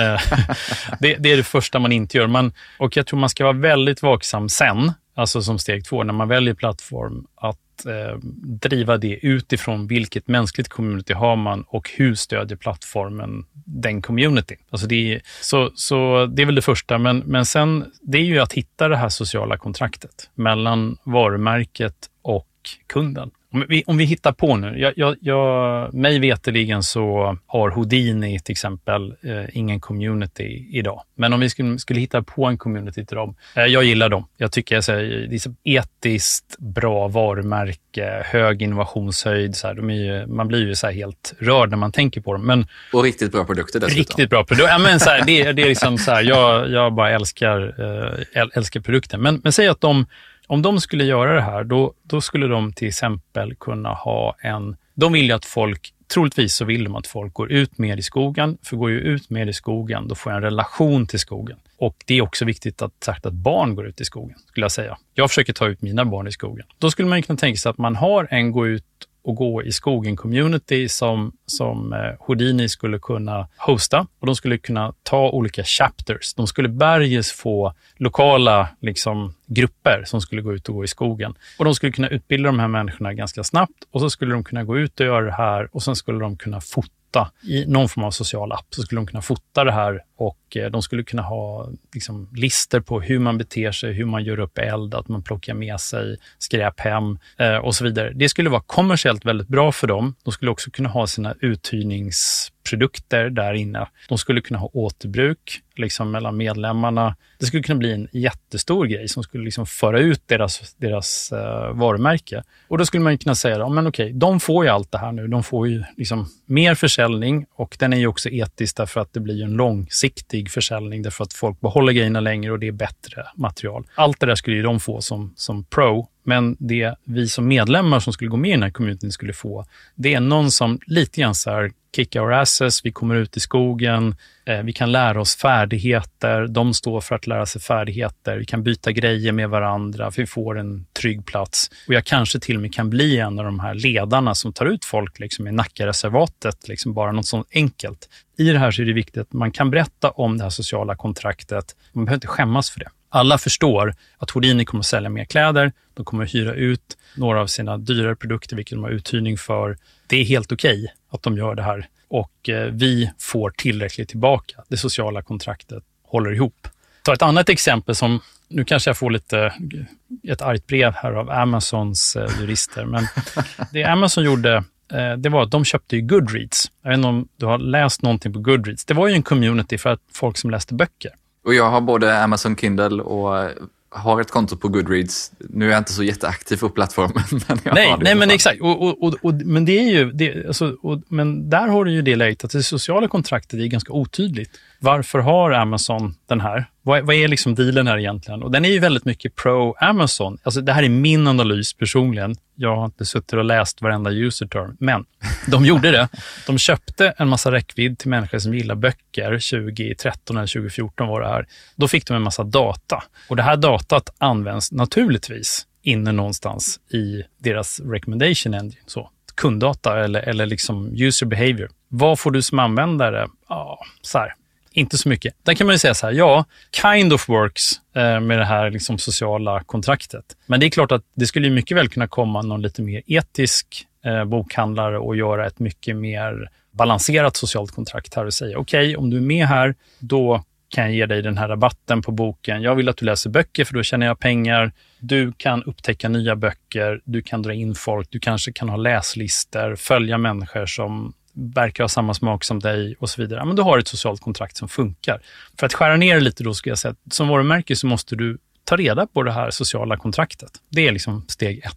det, det är det första man inte gör. Man, och jag tror man ska vara väldigt vaksam sen, alltså som steg två, när man väljer plattform, att eh, driva det utifrån vilket mänskligt community har man och hur stödjer plattformen den community. Alltså det är, så, så det är väl det första, men, men sen det är ju att hitta det här sociala kontraktet mellan varumärket och kunden. Om vi, om vi hittar på nu, jag, jag, jag, mig veterligen så har Houdini till exempel eh, ingen community idag. Men om vi skulle, skulle hitta på en community till dem, eh, jag gillar dem. Jag tycker att det är så etiskt bra varumärke, hög innovationshöjd. Så här, de är ju, man blir ju så här helt rörd när man tänker på dem. Men, och riktigt bra produkter dessutom. Riktigt bra produkter. Ja, men så här, det, det är liksom så här, jag, jag bara älskar, äh, älskar produkten. Men, men säg att de Om de skulle göra det här, då, då skulle de till exempel kunna ha en... De vill ju att folk, troligtvis så vill de att folk går ut mer i skogen. För går ju ut mer i skogen, då får jag en relation till skogen. Och det är också viktigt att, sagt att barn går ut i skogen, skulle jag säga. Jag försöker ta ut mina barn i skogen. Då skulle man ju kunna tänka sig att man har en gå ut och gå i skogen community som, som eh, Houdini skulle kunna hosta. Och de skulle kunna ta olika chapters. De skulle berges få lokala liksom, grupper som skulle gå ut och gå i skogen. Och de skulle kunna utbilda de här människorna ganska snabbt. Och så skulle de kunna gå ut och göra det här. Och sen skulle de kunna fota i någon form av social app. Så skulle de kunna fota det här. Och eh, de skulle kunna ha liksom, lister på hur man beter sig, hur man gör upp eld, att man plockar med sig skräp hem eh, och så vidare. Det skulle vara kommersiellt väldigt bra för dem. De skulle också kunna ha sina uthyrningsprodukter där inne. De skulle kunna ha återbruk liksom, mellan medlemmarna. Det skulle kunna bli en jättestor grej som skulle liksom, föra ut deras, deras uh, varumärke. Och då skulle man kunna säga, ja, men okej, de får ju allt det här nu. De får ju liksom, mer försäljning och den är ju också etisk därför att det blir en långsiktig försäljning därför att folk behåller grejerna längre och det är bättre material. Allt det där skulle ju de få som, som pro. Men det vi som medlemmar som skulle gå med i den här communityn skulle få, det är någon som lite grann så här kick our asses, vi kommer ut i skogen, eh, vi kan lära oss färdigheter, de står för att lära sig färdigheter, vi kan byta grejer med varandra, vi får en trygg plats. Och jag kanske till och med kan bli en av de här ledarna som tar ut folk liksom, i Nackareservatet, liksom bara något sånt enkelt. I det här så är det viktigt att man kan berätta om det här sociala kontraktet, man behöver inte skämmas för det. Alla förstår att Houdini kommer att sälja mer kläder. De kommer att hyra ut några av sina dyrare produkter, vilket de har uthyrning för. Det är helt okej att de gör det här. Och eh, vi får tillräckligt tillbaka. Det sociala kontraktet håller ihop. Ta ett annat exempel som, nu kanske jag får lite ett argt brev här av Amazons eh, jurister. Men det Amazon gjorde, eh, det var att de köpte ju Goodreads. Jag vet inte om du har läst någonting på Goodreads. Det var ju en community för att folk som läste böcker. Och jag har både Amazon Kindle och har ett konto på Goodreads. Nu är jag inte så jätteaktiv på plattformen. Men jag nej, har det nej men exakt. Och, och, och, och, men det är ju, det, alltså, och, men där har du ju det läget att det sociala kontraktet är ganska otydligt. Varför har Amazon den här? Vad, vad är liksom dealen här egentligen? Och den är ju väldigt mycket pro-Amazon. Alltså det här är min analys personligen. Jag har inte suttit och läst varenda user term. Men de gjorde det. De köpte en massa räckvidd till människor som gillar böcker. tjugo tretton eller tjugo fjorton var det här. Då fick de en massa data. Och det här datat används naturligtvis inne någonstans i deras recommendation engine. Så kunddata eller, eller liksom user behavior. Vad får du som användare? Ja, så här. Inte så mycket. Där kan man ju säga så här, ja, kind of works eh, med det här liksom, sociala kontraktet. Men det är klart att det skulle ju mycket väl kunna komma någon lite mer etisk eh, bokhandlare och göra ett mycket mer balanserat socialt kontrakt här och säga, okej, okay, om du är med här, då kan jag ge dig den här rabatten på boken. Jag vill att du läser böcker för då tjänar jag pengar. Du kan upptäcka nya böcker, du kan dra in folk, du kanske kan ha läslister, följa människor som verkar ha samma smak som dig och så vidare. Men du har ett socialt kontrakt som funkar. För att skära ner lite då ska jag säga att som varumärke så måste du ta reda på det här sociala kontraktet. Det är liksom steg ett.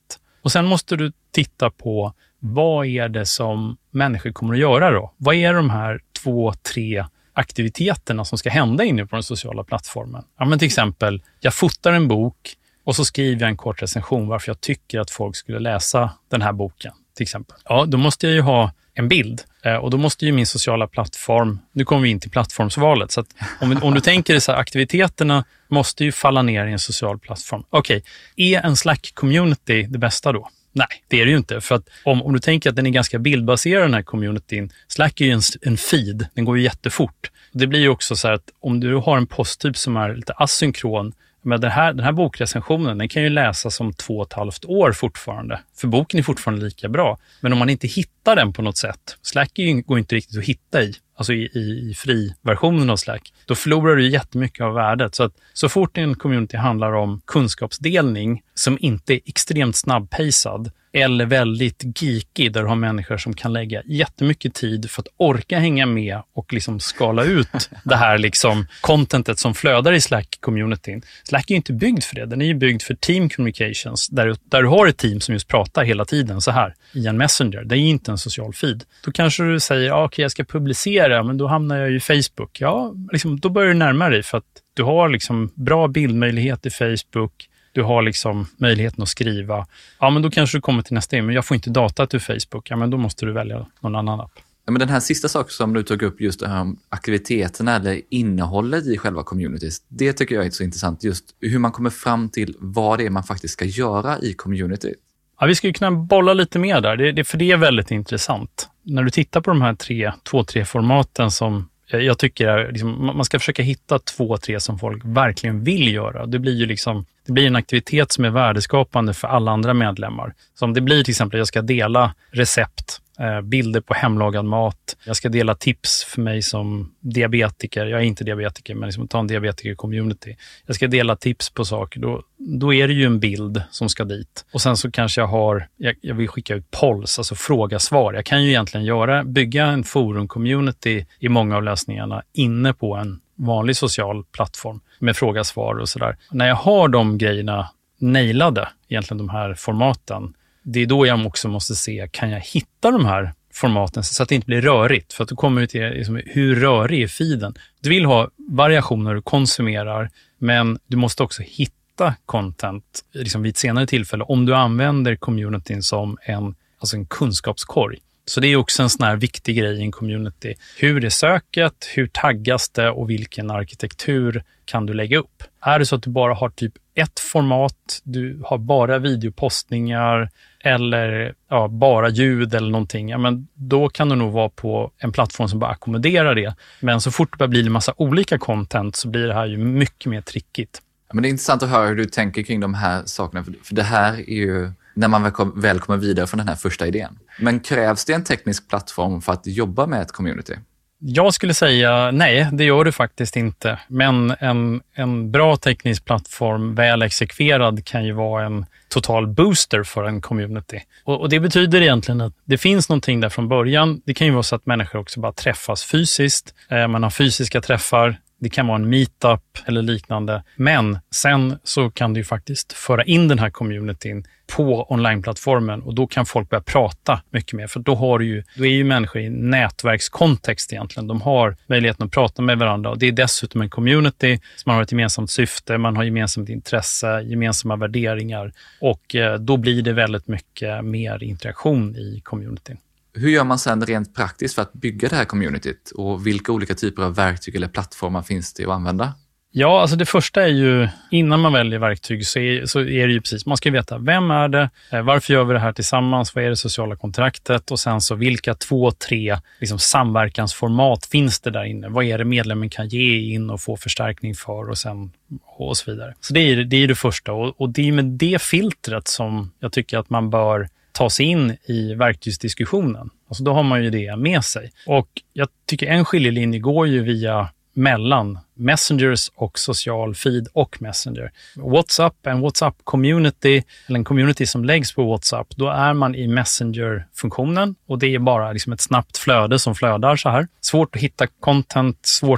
Och sen måste du titta på vad är det som människor kommer att göra då? Vad är de här två, tre aktiviteterna som ska hända inne på den sociala plattformen? Ja, men till exempel, jag fotar en bok och så skriver jag en kort recension varför jag tycker att folk skulle läsa den här boken, till exempel. Ja, då måste jag ju ha en bild. Och då måste ju min sociala plattform, nu kommer vi in till plattformsvalet, så att om, om du tänker dig så här, aktiviteterna måste ju falla ner i en social plattform. Okej, okay. Är en Slack-community det bästa då? Nej, det är det ju inte. För att om, om du tänker att den är ganska bildbaserad, den här communityn, Slack är ju en, en feed, den går ju jättefort. Det blir ju också så här att om du har en posttyp som är lite asynkron, men den här, den här bokrecensionen, den kan ju läsas om två och ett halvt år fortfarande. För boken är fortfarande lika bra. Men om man inte hittar den på något sätt, Slack är ju, går inte riktigt att hitta i, alltså i, i, i fri-versionen av Slack, då förlorar du jättemycket av värdet. Så att så fort en community handlar om kunskapsdelning som inte är extremt snabbpacad eller väldigt geeky, där du har människor som kan lägga jättemycket tid för att orka hänga med och liksom skala ut det här liksom contentet som flödar i Slack-communityn. Slack är ju inte byggd för det. Den är ju byggd för team communications, där, där du har ett team som just pratar hela tiden så här i en messenger. Det är ju inte en social feed. Då kanske du säger, ja, okej, okay, jag ska publicera, men då hamnar jag i Facebook. Ja, liksom, då börjar du närma dig för att du har liksom bra bildmöjlighet i Facebook. Du har liksom möjligheten att skriva. Ja, men då kanske du kommer till nästa in. Men jag får inte data till Facebook. Ja, men då måste du välja någon annan app. Ja, men den här sista saken som du tog upp, just det här om aktiviteterna eller innehållet i själva communities. Det tycker jag är så intressant. Just hur man kommer fram till vad det är man faktiskt ska göra i community. Ja, vi ska ju kunna bolla lite mer där. Det, det, för det är väldigt intressant. När du tittar på de här tre, två, tre formaten som jag tycker liksom, man ska försöka hitta två, tre som folk verkligen vill göra. Det blir ju liksom, det blir en aktivitet som är värdeskapande för alla andra medlemmar. Som det blir till exempel, jag ska dela recept, eh, bilder på hemlagad mat. Jag ska dela tips för mig som diabetiker. Jag är inte diabetiker, men liksom ta en diabetiker-community. Jag ska dela tips på saker. Då, då är det ju en bild som ska dit. Och sen så kanske jag har, jag, jag vill skicka ut polls, alltså fråga-svar. Jag kan ju egentligen göra, bygga en forum-community i många av lösningarna inne på en vanlig social plattform med fråga-svar och sådär. När jag har de grejerna nailade, egentligen de här formaten, det är då jag också måste se, kan jag hitta de här formaten så att det inte blir rörigt? För att då kommer vi till liksom, hur rörig är feeden? Du vill ha variationer du konsumerar, men du måste också hitta content liksom vid ett senare tillfälle om du använder communityn som en, alltså en kunskapskorg. Så det är också en sån här viktig grej i en community. Hur är söket, hur taggas det och vilken arkitektur kan du lägga upp? Är det så att du bara har typ ett format, du har bara videopostningar eller ja, bara ljud eller någonting, ja, men då kan du nog vara på en plattform som bara ackommoderar det. Men så fort det börjar bli en massa olika content så blir det här ju mycket mer trickigt. Ja, men det är intressant att höra hur du tänker kring de här sakerna, för det här är ju när man väl kommer vidare från den här första idén. Men krävs det en teknisk plattform för att jobba med ett community? Jag skulle säga nej, det gör det faktiskt inte. Men en, en bra teknisk plattform, väl exekverad, kan ju vara en total booster för en community. Och, och det betyder egentligen att det finns någonting där från början. Det kan ju vara så att människor också bara träffas fysiskt. Eh, man har fysiska träffar. Det kan vara en meetup eller liknande. Men sen så kan du ju faktiskt föra in den här communityn på onlineplattformen och då kan folk börja prata mycket mer. För då, har du ju, då är ju människor i nätverkskontext egentligen. De har möjligheten att prata med varandra och det är dessutom en community som har ett gemensamt syfte, man har gemensamt intresse, gemensamma värderingar och eh, då blir det väldigt mycket mer interaktion i communityn. Hur gör man sedan rent praktiskt för att bygga det här communityt och vilka olika typer av verktyg eller plattformar finns det att använda? Ja, alltså det första är ju, innan man väljer verktyg så är, så är det ju precis, man ska veta vem är det, varför gör vi det här tillsammans, vad är det sociala kontraktet och sen så vilka två, tre liksom samverkansformat finns det där inne, vad är det medlemmen kan ge in och få förstärkning för och sen och så vidare. Så det är det, är det första och, och det är med det filtret som jag tycker att man bör ta sig in i verktygsdiskussionen. Alltså då har man ju det med sig. Och jag tycker en skiljelinje går ju via mellan messengers och social feed och messenger. WhatsApp, en WhatsApp-community eller en community som läggs på WhatsApp, då är man i messenger-funktionen och det är bara liksom ett snabbt flöde som flödar så här. Svårt att hitta content, svårt att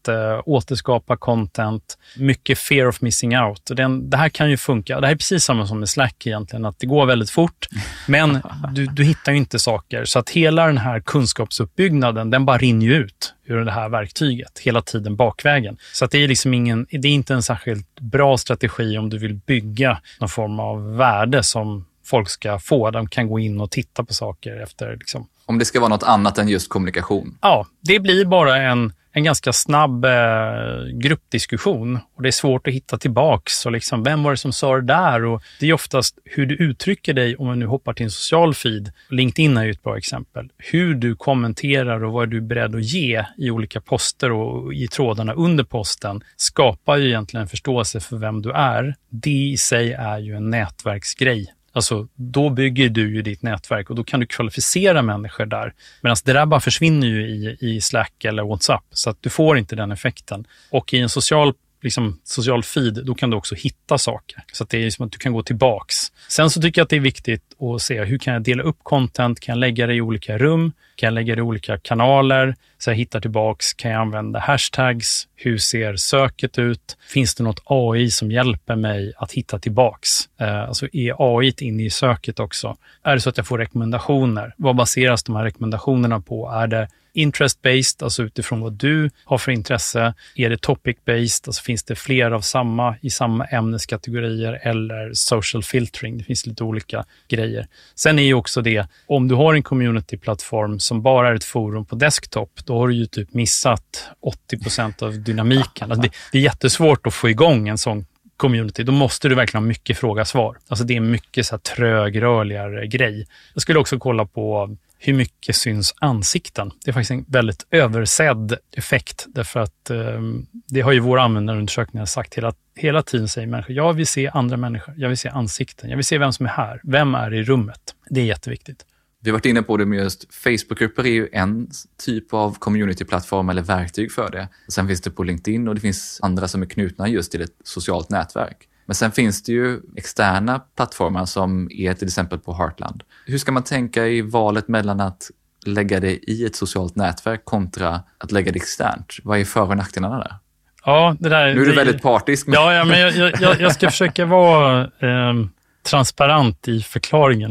eh, återskapa content, mycket fear of missing out. Och den, det här kan ju funka. Det här är precis samma som med Slack egentligen, att det går väldigt fort, men du, du hittar ju inte saker. Så att hela den här kunskapsuppbyggnaden, den bara rinner ju ut ur det här verktyget hela tiden bakvägen. Så att det är liksom ingen, det är inte en särskilt bra strategi om du vill bygga någon form av värde som folk ska få. De kan gå in och titta på saker efter liksom. Om det ska vara något annat än just kommunikation. Ja, det blir bara en, en ganska snabb eh, gruppdiskussion. Och det är svårt att hitta tillbaks. Och liksom, vem var det som sa det där? Och det är oftast hur du uttrycker dig om man nu hoppar till en social feed. LinkedIn är ju ett bra exempel. Hur du kommenterar och vad du är beredd att ge i olika poster och i trådarna under posten skapar ju egentligen en förståelse för vem du är. Det i sig är ju en nätverksgrej. Alltså, då bygger du ju ditt nätverk och då kan du kvalificera människor där. Medan det där bara försvinner ju i, i Slack eller WhatsApp, så att du får inte den effekten. Och i en social, liksom, social feed, då kan du också hitta saker. Så att det är som att du kan gå tillbaks. Sen så tycker jag att det är viktigt att se hur kan jag dela upp content, kan jag lägga det i olika rum, kan jag lägga det i olika kanaler, så jag hittar tillbaks, kan jag använda hashtags, hur ser söket ut, finns det något A I som hjälper mig att hitta tillbaks, eh, alltså är A I inne i söket också, är det så att jag får rekommendationer, vad baseras de här rekommendationerna på, är det interest-based, alltså utifrån vad du har för intresse, är det topic-based, alltså finns det fler av samma i samma ämneskategorier, eller social filtering, det finns lite olika grejer. Sen är ju också det, om du har en community-plattform som bara är ett forum på desktop, då har du ju typ missat åttio procent av dynamiken. Alltså det, det är jättesvårt att få igång en sån community. Då måste du verkligen ha mycket fråga-svar. Alltså det är mycket så här trögrörligare grej. Jag skulle också kolla på hur mycket syns ansikten. Det är faktiskt en väldigt översedd effekt, därför att eh, det har ju våra användarundersökningar sagt hela, hela tiden, säger människor. Jag vill se andra människor, jag vill se ansikten, jag vill se vem som är här, vem är i rummet. Det är jätteviktigt. Vi har varit inne på det med just Facebookgrupper är ju en typ av communityplattform eller verktyg för det. Sen finns det på LinkedIn och det finns andra som är knutna just till ett socialt nätverk. Men sen finns det ju externa plattformar som är till exempel på Heartland. Hur ska man tänka i valet mellan att lägga det i ett socialt nätverk kontra att lägga det externt? Vad är för- och nackdelarna där? Ja, det där, nu är du det, väldigt partisk. Men... Ja, ja, men jag, jag, jag ska försöka vara eh, transparent i förklaringen.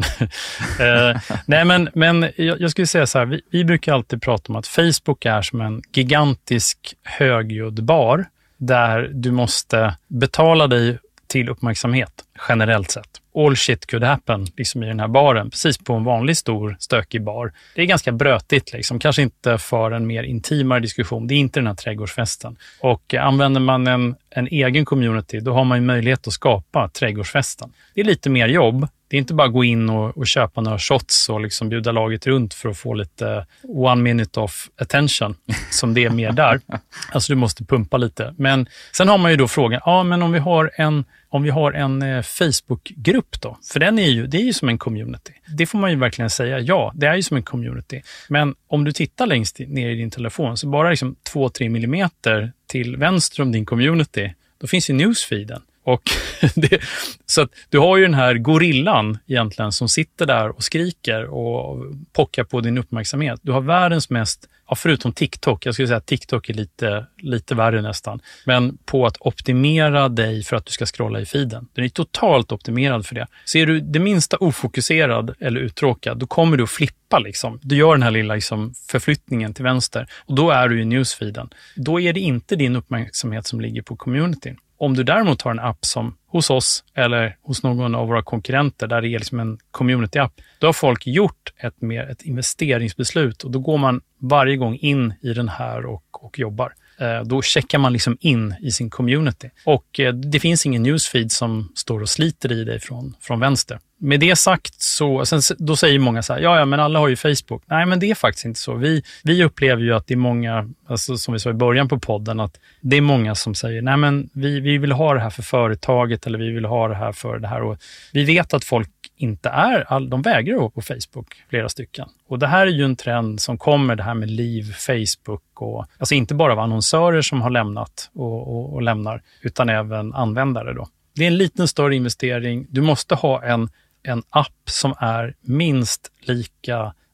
eh, nej, men, men jag, jag skulle säga så här, vi, vi brukar alltid prata om att Facebook är som en gigantisk högljudd bar där du måste betala dig till uppmärksamhet generellt sett. All shit could happen liksom i den här baren, precis på en vanlig stor stökig bar. Det är ganska brötigt liksom, kanske inte för en mer intimare diskussion. Det är inte den här trädgårdsfesten. Och eh, använder man en, en egen community, då har man ju möjlighet att skapa trädgårdsfesten. Det är lite mer jobb. Det är inte bara gå in och, och köpa några shots och liksom bjuda laget runt för att få lite one minute of attention som det är mer där. Alltså du måste pumpa lite. Men sen har man ju då frågan, ja men om vi har en, om vi har en eh, Facebookgrupp då, för den är ju, det är ju som en community. Det får man ju verkligen säga, ja det är ju som en community. Men om du tittar längst ner i din telefon så bara liksom två till tre millimeter till vänster om din community, då finns ju newsfeeden. Och det, så att du har ju den här gorillan egentligen som sitter där och skriker och pockar på din uppmärksamhet. Du har världens mest, ja, förutom TikTok, jag skulle säga att TikTok är lite, lite värre nästan, men på att optimera dig för att du ska scrolla i feeden. Den är totalt optimerad för det. Ser du det minsta ofokuserad eller uttråkad, då kommer du att flippa liksom. Du gör den här lilla liksom, förflyttningen till vänster och då är du i newsfeeden. Då är det inte din uppmärksamhet som ligger på communityn. Om du däremot har en app som hos oss eller hos någon av våra konkurrenter där det är liksom en community-app, då har folk gjort ett, mer, ett investeringsbeslut och då går man varje gång in i den här och, och jobbar. Eh, då checkar man liksom in i sin community. Och eh, det finns ingen newsfeed som står och sliter i dig från, från vänster. Med det sagt så, sen, då säger många så här, ja, ja men alla har ju Facebook. Nej, men det är faktiskt inte så. Vi, vi upplever ju att det är många, alltså, som vi sa i början på podden, att det är många som säger, nej men vi, vi vill ha det här för företaget eller vi vill ha det här för det här. Och vi vet att folk inte är, all, de vägrar att vara på Facebook, flera stycken. Och det här är ju en trend som kommer, det här med live Facebook och, alltså inte bara av annonsörer som har lämnat och, och, och lämnar, utan även användare då. Det är en liten större investering. Du måste ha en en app som är minst lika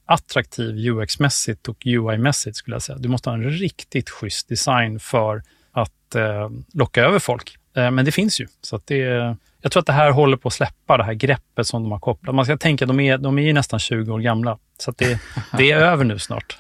attraktiv U X-mässigt och U I-mässigt skulle jag säga. Du måste ha en riktigt schysst design för att eh, locka över folk. Eh, men det finns ju. Så att det, jag tror att det här håller på att släppa det här greppet som de har kopplat. Man ska tänka att de är, de är ju nästan tjugo år gamla. Så att det, det är över nu snart.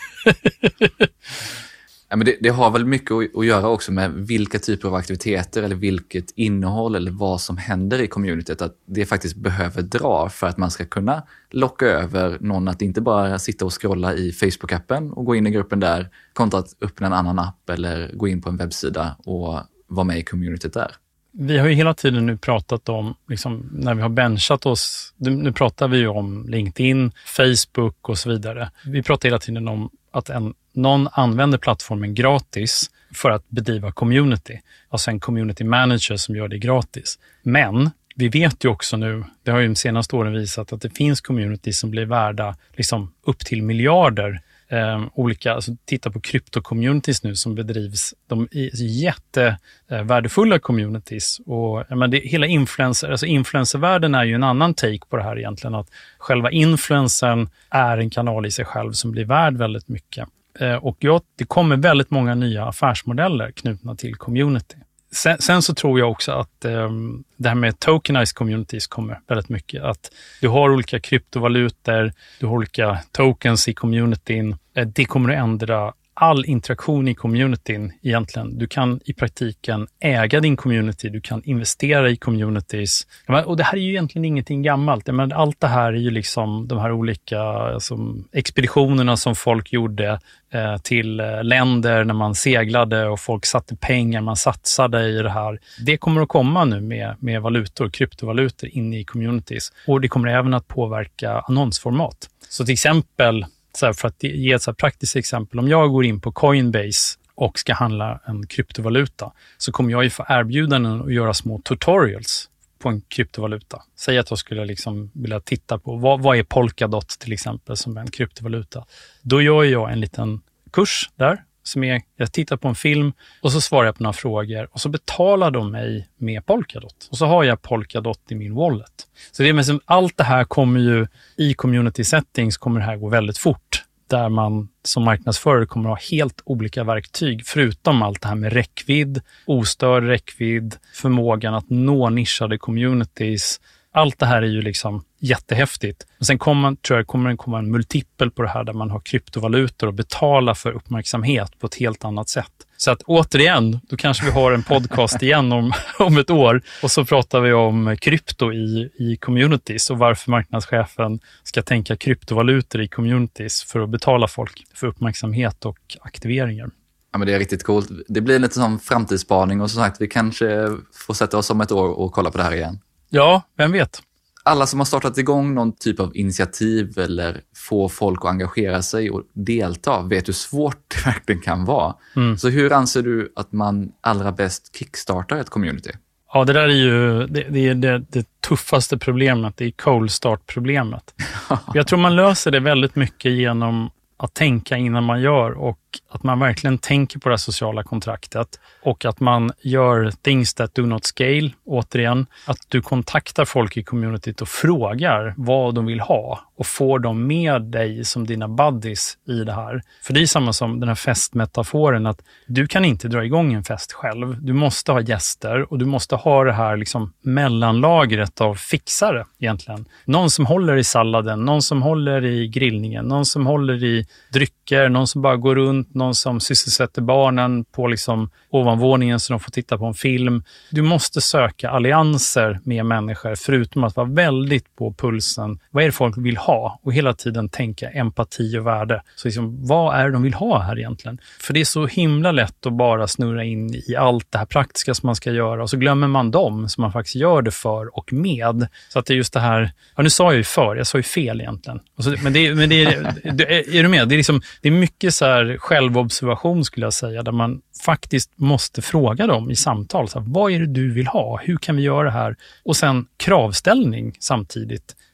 Ja, men det, det har väl mycket att, att göra också med vilka typer av aktiviteter eller vilket innehåll eller vad som händer i communityt. Att det faktiskt behöver dra för att man ska kunna locka över någon att inte bara sitta och scrolla i Facebook-appen och gå in i gruppen där, kontra att öppna en annan app eller gå in på en webbsida och vara med i communityt där. Vi har ju hela tiden nu pratat om, liksom, när vi har benchat oss, nu pratar vi ju om LinkedIn, Facebook och så vidare. Vi pratar hela tiden om att en, någon använder plattformen gratis för att bedriva community. Alltså en community manager som gör det gratis. Men vi vet ju också nu, det har ju de senaste åren visat att det finns community som blir värda liksom upp till miljarder. Eh, olika, alltså titta på krypto-communities nu som bedrivs. De är jättevärdefulla eh, communities. Och ja, men det, hela influencer, alltså influencervärlden är ju en annan take på det här egentligen. Att själva influencern är en kanal i sig själv som blir värd väldigt mycket. Eh, och ja, det kommer väldigt många nya affärsmodeller knutna till community. Sen, sen så tror jag också att eh, det här med tokenized communities kommer väldigt mycket. Att du har olika kryptovalutor, du har olika tokens i communityn. Eh, det kommer att ändra all interaktion i communityn egentligen. Du kan i praktiken äga din community, du kan investera i communities. Och det här är ju egentligen ingenting gammalt. Men allt det här är ju liksom de här olika alltså, expeditionerna som folk gjorde eh, till eh, länder när man seglade och folk satte pengar, man satsade i det här. Det kommer att komma nu med, med valutor, kryptovalutor in i communities. Och det kommer även att påverka annonsformat. Så till exempel, så här, för att ge ett så här praktiskt exempel, om jag går in på Coinbase och ska handla en kryptovaluta så kommer jag ju få erbjudanden att göra små tutorials på en kryptovaluta. Säg att jag skulle liksom vilja titta på vad, vad är Polkadot till exempel som är en kryptovaluta. Då gör jag en liten kurs där som är, jag tittar på en film och så svarar jag på några frågor och så betalar de mig med Polkadot. Och så har jag Polkadot i min wallet. Så det är med som allt det här kommer ju i community settings kommer det här gå väldigt fort. Där man som marknadsförare kommer att ha helt olika verktyg förutom allt det här med räckvidd, ostörd räckvidd, förmågan att nå nischade communities. Allt det här är ju liksom jättehäftigt. Men sen kommer, tror jag, kommer det komma en multipel på det här där man har kryptovalutor och betala för uppmärksamhet på ett helt annat sätt. Så att återigen, då kanske vi har en podcast igen om, om ett år och så pratar vi om krypto i, i communities och varför marknadschefen ska tänka kryptovalutor i communities för att betala folk för uppmärksamhet och aktiveringar. Ja, men det är riktigt coolt. Det blir lite som framtidsspaning och som sagt, vi kanske får sätta oss om ett år och kolla på det här igen. Ja, vem vet? Alla som har startat igång någon typ av initiativ eller få folk att engagera sig och delta vet hur svårt det verkligen kan vara. Mm. Så hur anser du att man allra bäst kickstartar ett community? Ja, det där är ju det, det, är det, det tuffaste problemet. Det är cold start-problemet. Jag tror man löser det väldigt mycket genom att tänka innan man gör och att man verkligen tänker på det sociala kontraktet och att man gör things that do not scale, återigen. Att du kontaktar folk i communityt och frågar vad de vill ha och får dem med dig som dina buddies i det här. För det är samma som den här festmetaforen att du kan inte dra igång en fest själv. Du måste ha gäster och du måste ha det här liksom mellanlagret av fixare egentligen. Någon som håller i salladen, någon som håller i grillningen, någon som håller i drycker, någon som bara går runt, någon som sysselsätter barnen på liksom ovanvåningen så de får titta på en film. Du måste söka allianser med människor förutom att vara väldigt på pulsen. Vad är det folk vill ha? Och hela tiden tänka empati och värde. Så liksom, vad är det de vill ha här egentligen? För det är så himla lätt att bara snurra in i allt det här praktiska som man ska göra och så glömmer man dem som man faktiskt gör det för och med. Så att det är just det här, ja nu sa jag ju för, jag sa ju fel egentligen. Och så, men det, men det är, är, är du med? Det är, liksom, det är mycket så här självobservation skulle jag säga, där man faktiskt måste fråga dem i samtal. Så här, vad är det du vill ha? Hur kan vi göra det här? Och sen kravställning samtidigt.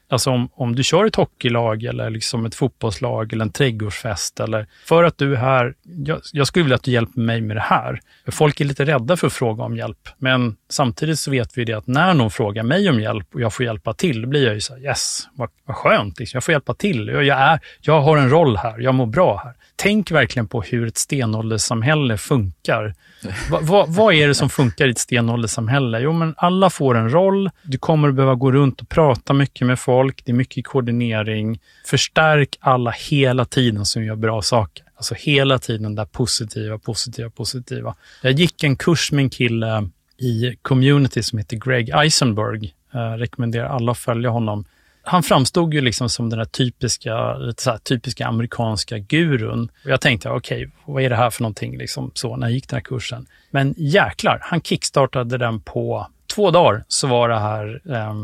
Alltså om, om du kör ett hockeylag eller liksom ett fotbollslag eller en trädgårdsfest eller för att du är här, jag, jag skulle vilja att du hjälper mig med det här. För folk är lite rädda för att fråga om hjälp, men samtidigt så vet vi det att när någon frågar mig om hjälp och jag får hjälpa till, då blir jag ju så här, yes, vad, vad skönt, liksom. Jag får hjälpa till. Jag, jag, är, jag har en roll här, jag mår bra här. Tänk verkligen på hur ett stenålderssamhälle funkar. Va, va, vad är det som funkar i ett stenålderssamhälle? Jo, men alla får en roll. Du kommer att behöva gå runt och prata mycket med folk. Det är mycket koordinering. Förstärk alla hela tiden som gör bra saker. Alltså hela tiden där positiva, positiva, positiva. Jag gick en kurs med en kille i community som heter Greg Eisenberg. Jag rekommenderar alla att följa honom. Han framstod ju liksom som den här typiska, lite så här, typiska amerikanska gurun. Och jag tänkte, okej, okay, vad är det här för någonting liksom, så när jag gick den här kursen? Men jäklar, han kickstartade den på två dagar, så var det här eh,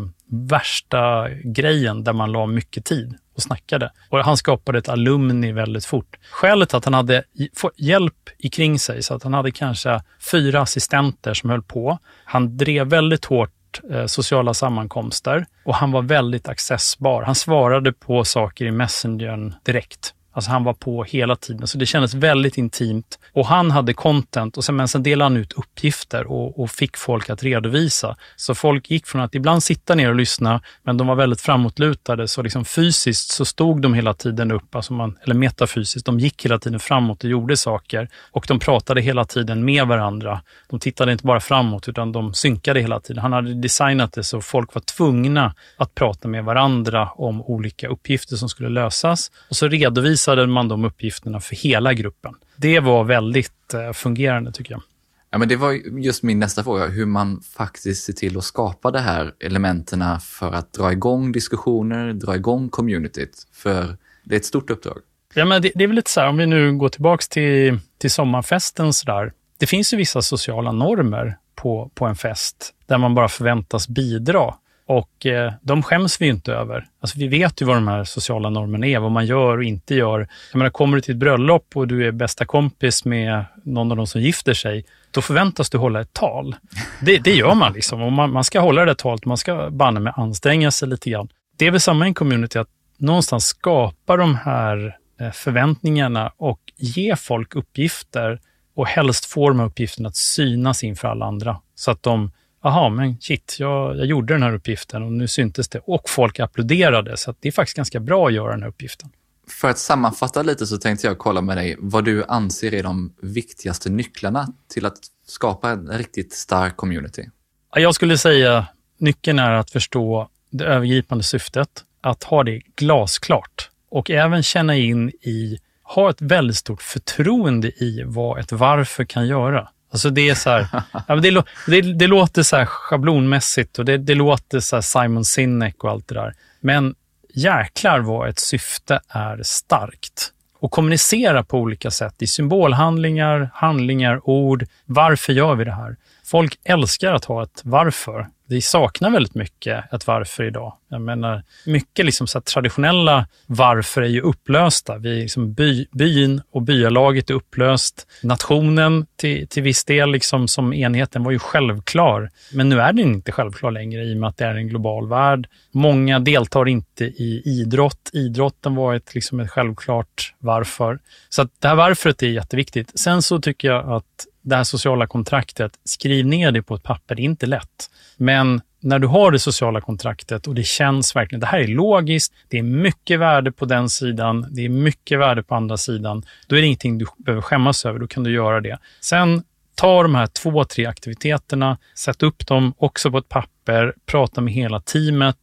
värsta grejen där man la mycket tid och snackade. Och han skapade ett alumni väldigt fort. Skälet att han hade fått hjälp i kring sig, så att han hade kanske fyra assistenter som höll på. Han drev väldigt hårt sociala sammankomster och han var väldigt accessbar. Han svarade på saker i Messengern direkt. Alltså han var på hela tiden, så det kändes väldigt intimt. Och han hade content och sen, men sen delade han ut uppgifter och, och fick folk att redovisa. Så folk gick från att ibland sitta ner och lyssna, men de var väldigt framåtlutade. Så liksom fysiskt så stod de hela tiden upp, alltså man, eller metafysiskt, de gick hela tiden framåt och gjorde saker. Och de pratade hela tiden med varandra. De tittade inte bara framåt utan de synkade hela tiden. Han hade designat det så folk var tvungna att prata med varandra om olika uppgifter som skulle lösas. Och så redovisade man de uppgifterna för hela gruppen. Det var väldigt eh, fungerande tycker jag. Ja, men det var just min nästa fråga, hur man faktiskt ser till att skapa de här elementerna för att dra igång diskussioner, dra igång communityt. För det är ett stort uppdrag. Ja, men det, det är väl lite så här, om vi nu går tillbaka till, till sommarfesten så där. Det finns ju vissa sociala normer på, på en fest där man bara förväntas bidra. Och eh, de skäms vi ju inte över. Alltså vi vet ju vad de här sociala normerna är, vad man gör och inte gör. Jag menar, kommer du till ett bröllop och du är bästa kompis med någon av de som gifter sig, då förväntas du hålla ett tal. Det, det gör man liksom. Och man, man ska hålla det talet, man ska banna med anstränga sig lite grann. Det är väl samma i en community, att någonstans skapa de här eh, förväntningarna och ge folk uppgifter och helst få de här uppgifterna att synas inför alla andra. Så att de Jaha, men shit, jag, jag gjorde den här uppgiften och nu syntes det. Och folk applåderade, så att det är faktiskt ganska bra att göra den här uppgiften. För att sammanfatta lite så tänkte jag kolla med dig vad du anser är de viktigaste nycklarna till att skapa en riktigt stark community. Jag skulle säga nyckeln är att förstå det övergripande syftet, att ha det glasklart och även känna in i, ha ett väldigt stort förtroende i vad ett varför kan göra. Alltså det är så här, ja, men det, det, det låter så här schablonmässigt och det, det låter så här Simon Sinek och allt det där. Men jäklar vad ett syfte är starkt. Och kommunicera på olika sätt i symbolhandlingar, handlingar, ord. Varför gör vi det här? Folk älskar att ha ett varför. Vi saknar väldigt mycket ett varför idag. Jag menar, mycket liksom så här traditionella varför är ju upplösta. Vi liksom by, byn och byalaget är upplöst. Nationen till, till viss del liksom som enheten var ju självklar. Men nu är den inte självklar längre i och med att det är en global värld. Många deltar inte i idrott. Idrotten var ett, liksom ett självklart varför. Så att det här varföret är jätteviktigt. Sen så tycker jag att det här sociala kontraktet, skriv ner det på ett papper, det är inte lätt. Men när du har det sociala kontraktet och det känns verkligen, det här är logiskt, det är mycket värde på den sidan, det är mycket värde på andra sidan, då är det ingenting du behöver skämmas över, då kan du göra det. Sen ta de här två, tre aktiviteterna, sätt upp dem också på ett papper, prata med hela teamet,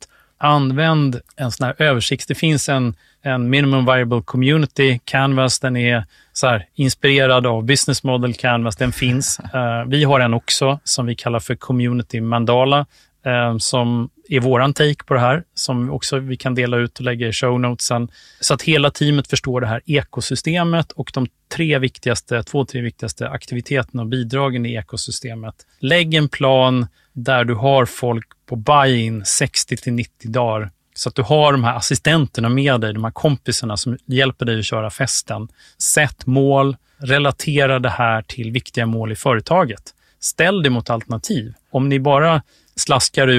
använd en sån här översikt. Det finns en, en minimum viable community canvas, den är så här inspirerad av business model canvas, den finns. Uh, vi har en också som vi kallar för community mandala uh, som är våran take på det här, som också vi kan dela ut och lägga i show notesen, så att hela teamet förstår det här ekosystemet och de tre viktigaste, två, tre viktigaste aktiviteterna och bidragen i ekosystemet. Lägg en plan där du har folk på buy-in sextio till nittio dagar. Så att du har de här assistenterna med dig, de här kompisarna som hjälper dig att köra festen. Sätt mål, relatera det här till viktiga mål i företaget. Ställ det mot alternativ. Om ni bara slaskar ut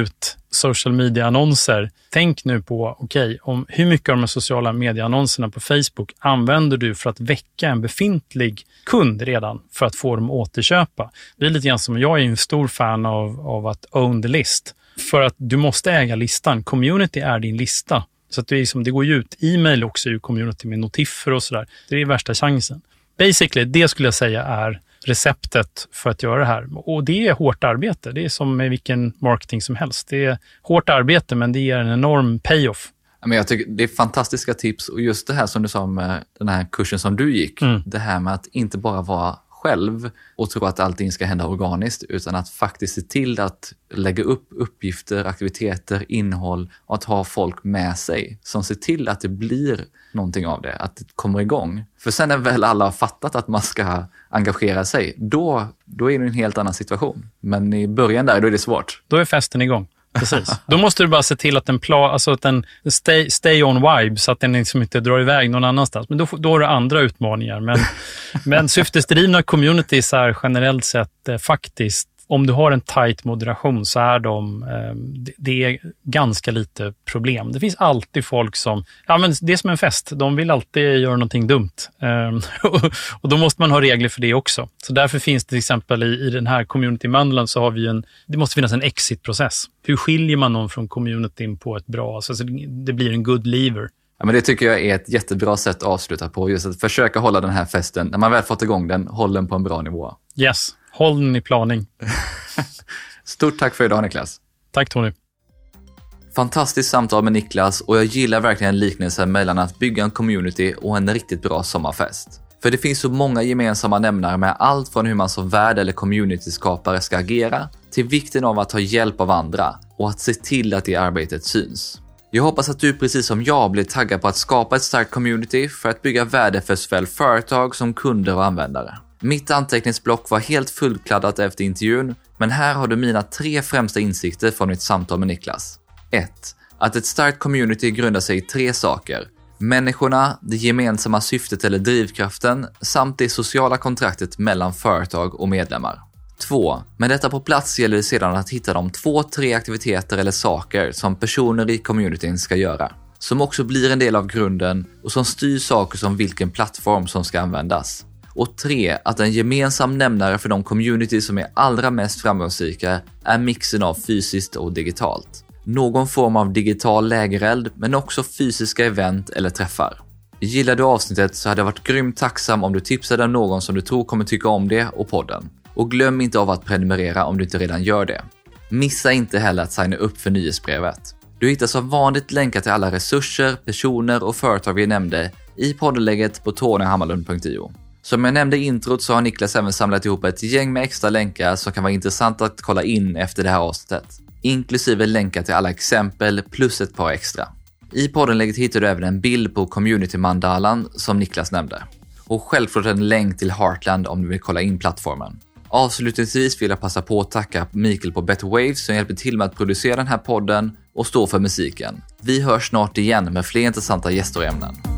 social media-annonser. Tänk nu på, okej, okay, om hur mycket av de här sociala media-annonserna på Facebook använder du för att väcka en befintlig kund redan för att få dem att återköpa. Det är lite grann som jag är en stor fan av, av att own the list. För att du måste äga listan. Community är din lista. Så att det, är liksom, det går ju ut. E-mail också i community med notiffer och sådär. Det är värsta chansen. Basically, det skulle jag säga är receptet för att göra det här. Och det är hårt arbete. Det är som med vilken marketing som helst. Det är hårt arbete, men det ger en enorm payoff. Men jag tycker det är fantastiska tips. Och just det här som du sa med den här kursen som du gick. Mm. Det här med att inte bara vara själv och tro att allting ska hända organiskt, utan att faktiskt se till att lägga upp uppgifter, aktiviteter, innehåll och att ha folk med sig som ser till att det blir någonting av det, att det kommer igång. För sen när väl alla har fattat att man ska engagera sig, då, då är det en helt annan situation. Men i början där, då är det svårt. Då är festen igång. Precis. Då måste du bara se till att den, pla- alltså att den stay, stay on vibe så att den liksom inte drar iväg någon annanstans. Men då, då har du andra utmaningar. Men, men syftesdrivna communities är generellt sett eh, faktiskt, om du har en tight moderation så är de, eh, det, det är ganska lite problem. Det finns alltid folk som, ja men det är som en fest, de vill alltid göra någonting dumt. Eh, och, och då måste man ha regler för det också. Så därför finns det till exempel i, i den här community-mandeln så har vi en, det måste finnas en exit-process. Hur skiljer man någon från communityn på ett bra, så det, det blir en good lever. Ja, men det tycker jag är ett jättebra sätt att avsluta på, just att försöka hålla den här festen, när man väl fått igång den, håll den på en bra nivå. Yes. Håll den i planing. Stort tack för idag, Niklas. Tack, Tony. Fantastiskt samtal med Niklas, och jag gillar verkligen liknelsen mellan att bygga en community och en riktigt bra sommarfest. För det finns så många gemensamma nämnare med allt från hur man som värd eller communityskapare ska agera till vikten av att ta hjälp av andra och att se till att det arbetet syns. Jag hoppas att du precis som jag blir taggad på att skapa ett starkt community för att bygga värde för såväl företag som kunder och användare. Mitt anteckningsblock var helt fullkladdat efter intervjun, men här har du mina tre främsta insikter från mitt samtal med Niklas. ett. Att ett starkt community grundar sig i tre saker. Människorna, det gemensamma syftet eller drivkraften samt det sociala kontraktet mellan företag och medlemmar. två. Med detta på plats gäller det sedan att hitta de två, tre aktiviteter eller saker som personer i communityn ska göra. Som också blir en del av grunden och som styr saker som vilken plattform som ska användas. Och tre. Att en gemensam nämnare för de community som är allra mest framgångsrika är mixen av fysiskt och digitalt. Någon form av digital lägereld, men också fysiska event eller träffar. Gillar du avsnittet så hade jag varit grymt tacksam om du tipsade någon som du tror kommer tycka om det och podden. Och glöm inte av att prenumerera om du inte redan gör det. Missa inte heller att signa upp för nyhetsbrevet. Du hittar som vanligt länkar till alla resurser, personer och företag vi nämnde i poddenlägget på tony hammarlund punkt io. Som jag nämnde i introt så har Niklas även samlat ihop ett gäng med extra länkar som kan vara intressant att kolla in efter det här avsnittet. Inklusive länkar till alla exempel plus ett par extra. I poddenlägget hittar du även en bild på community-mandalan som Niklas nämnde. Och självklart en länk till Heartland om du vill kolla in plattformen. Avslutningsvis vill jag passa på att tacka Mikael på Better Waves som hjälper till med att producera den här podden och stå för musiken. Vi hörs snart igen med fler intressanta gäster och ämnen.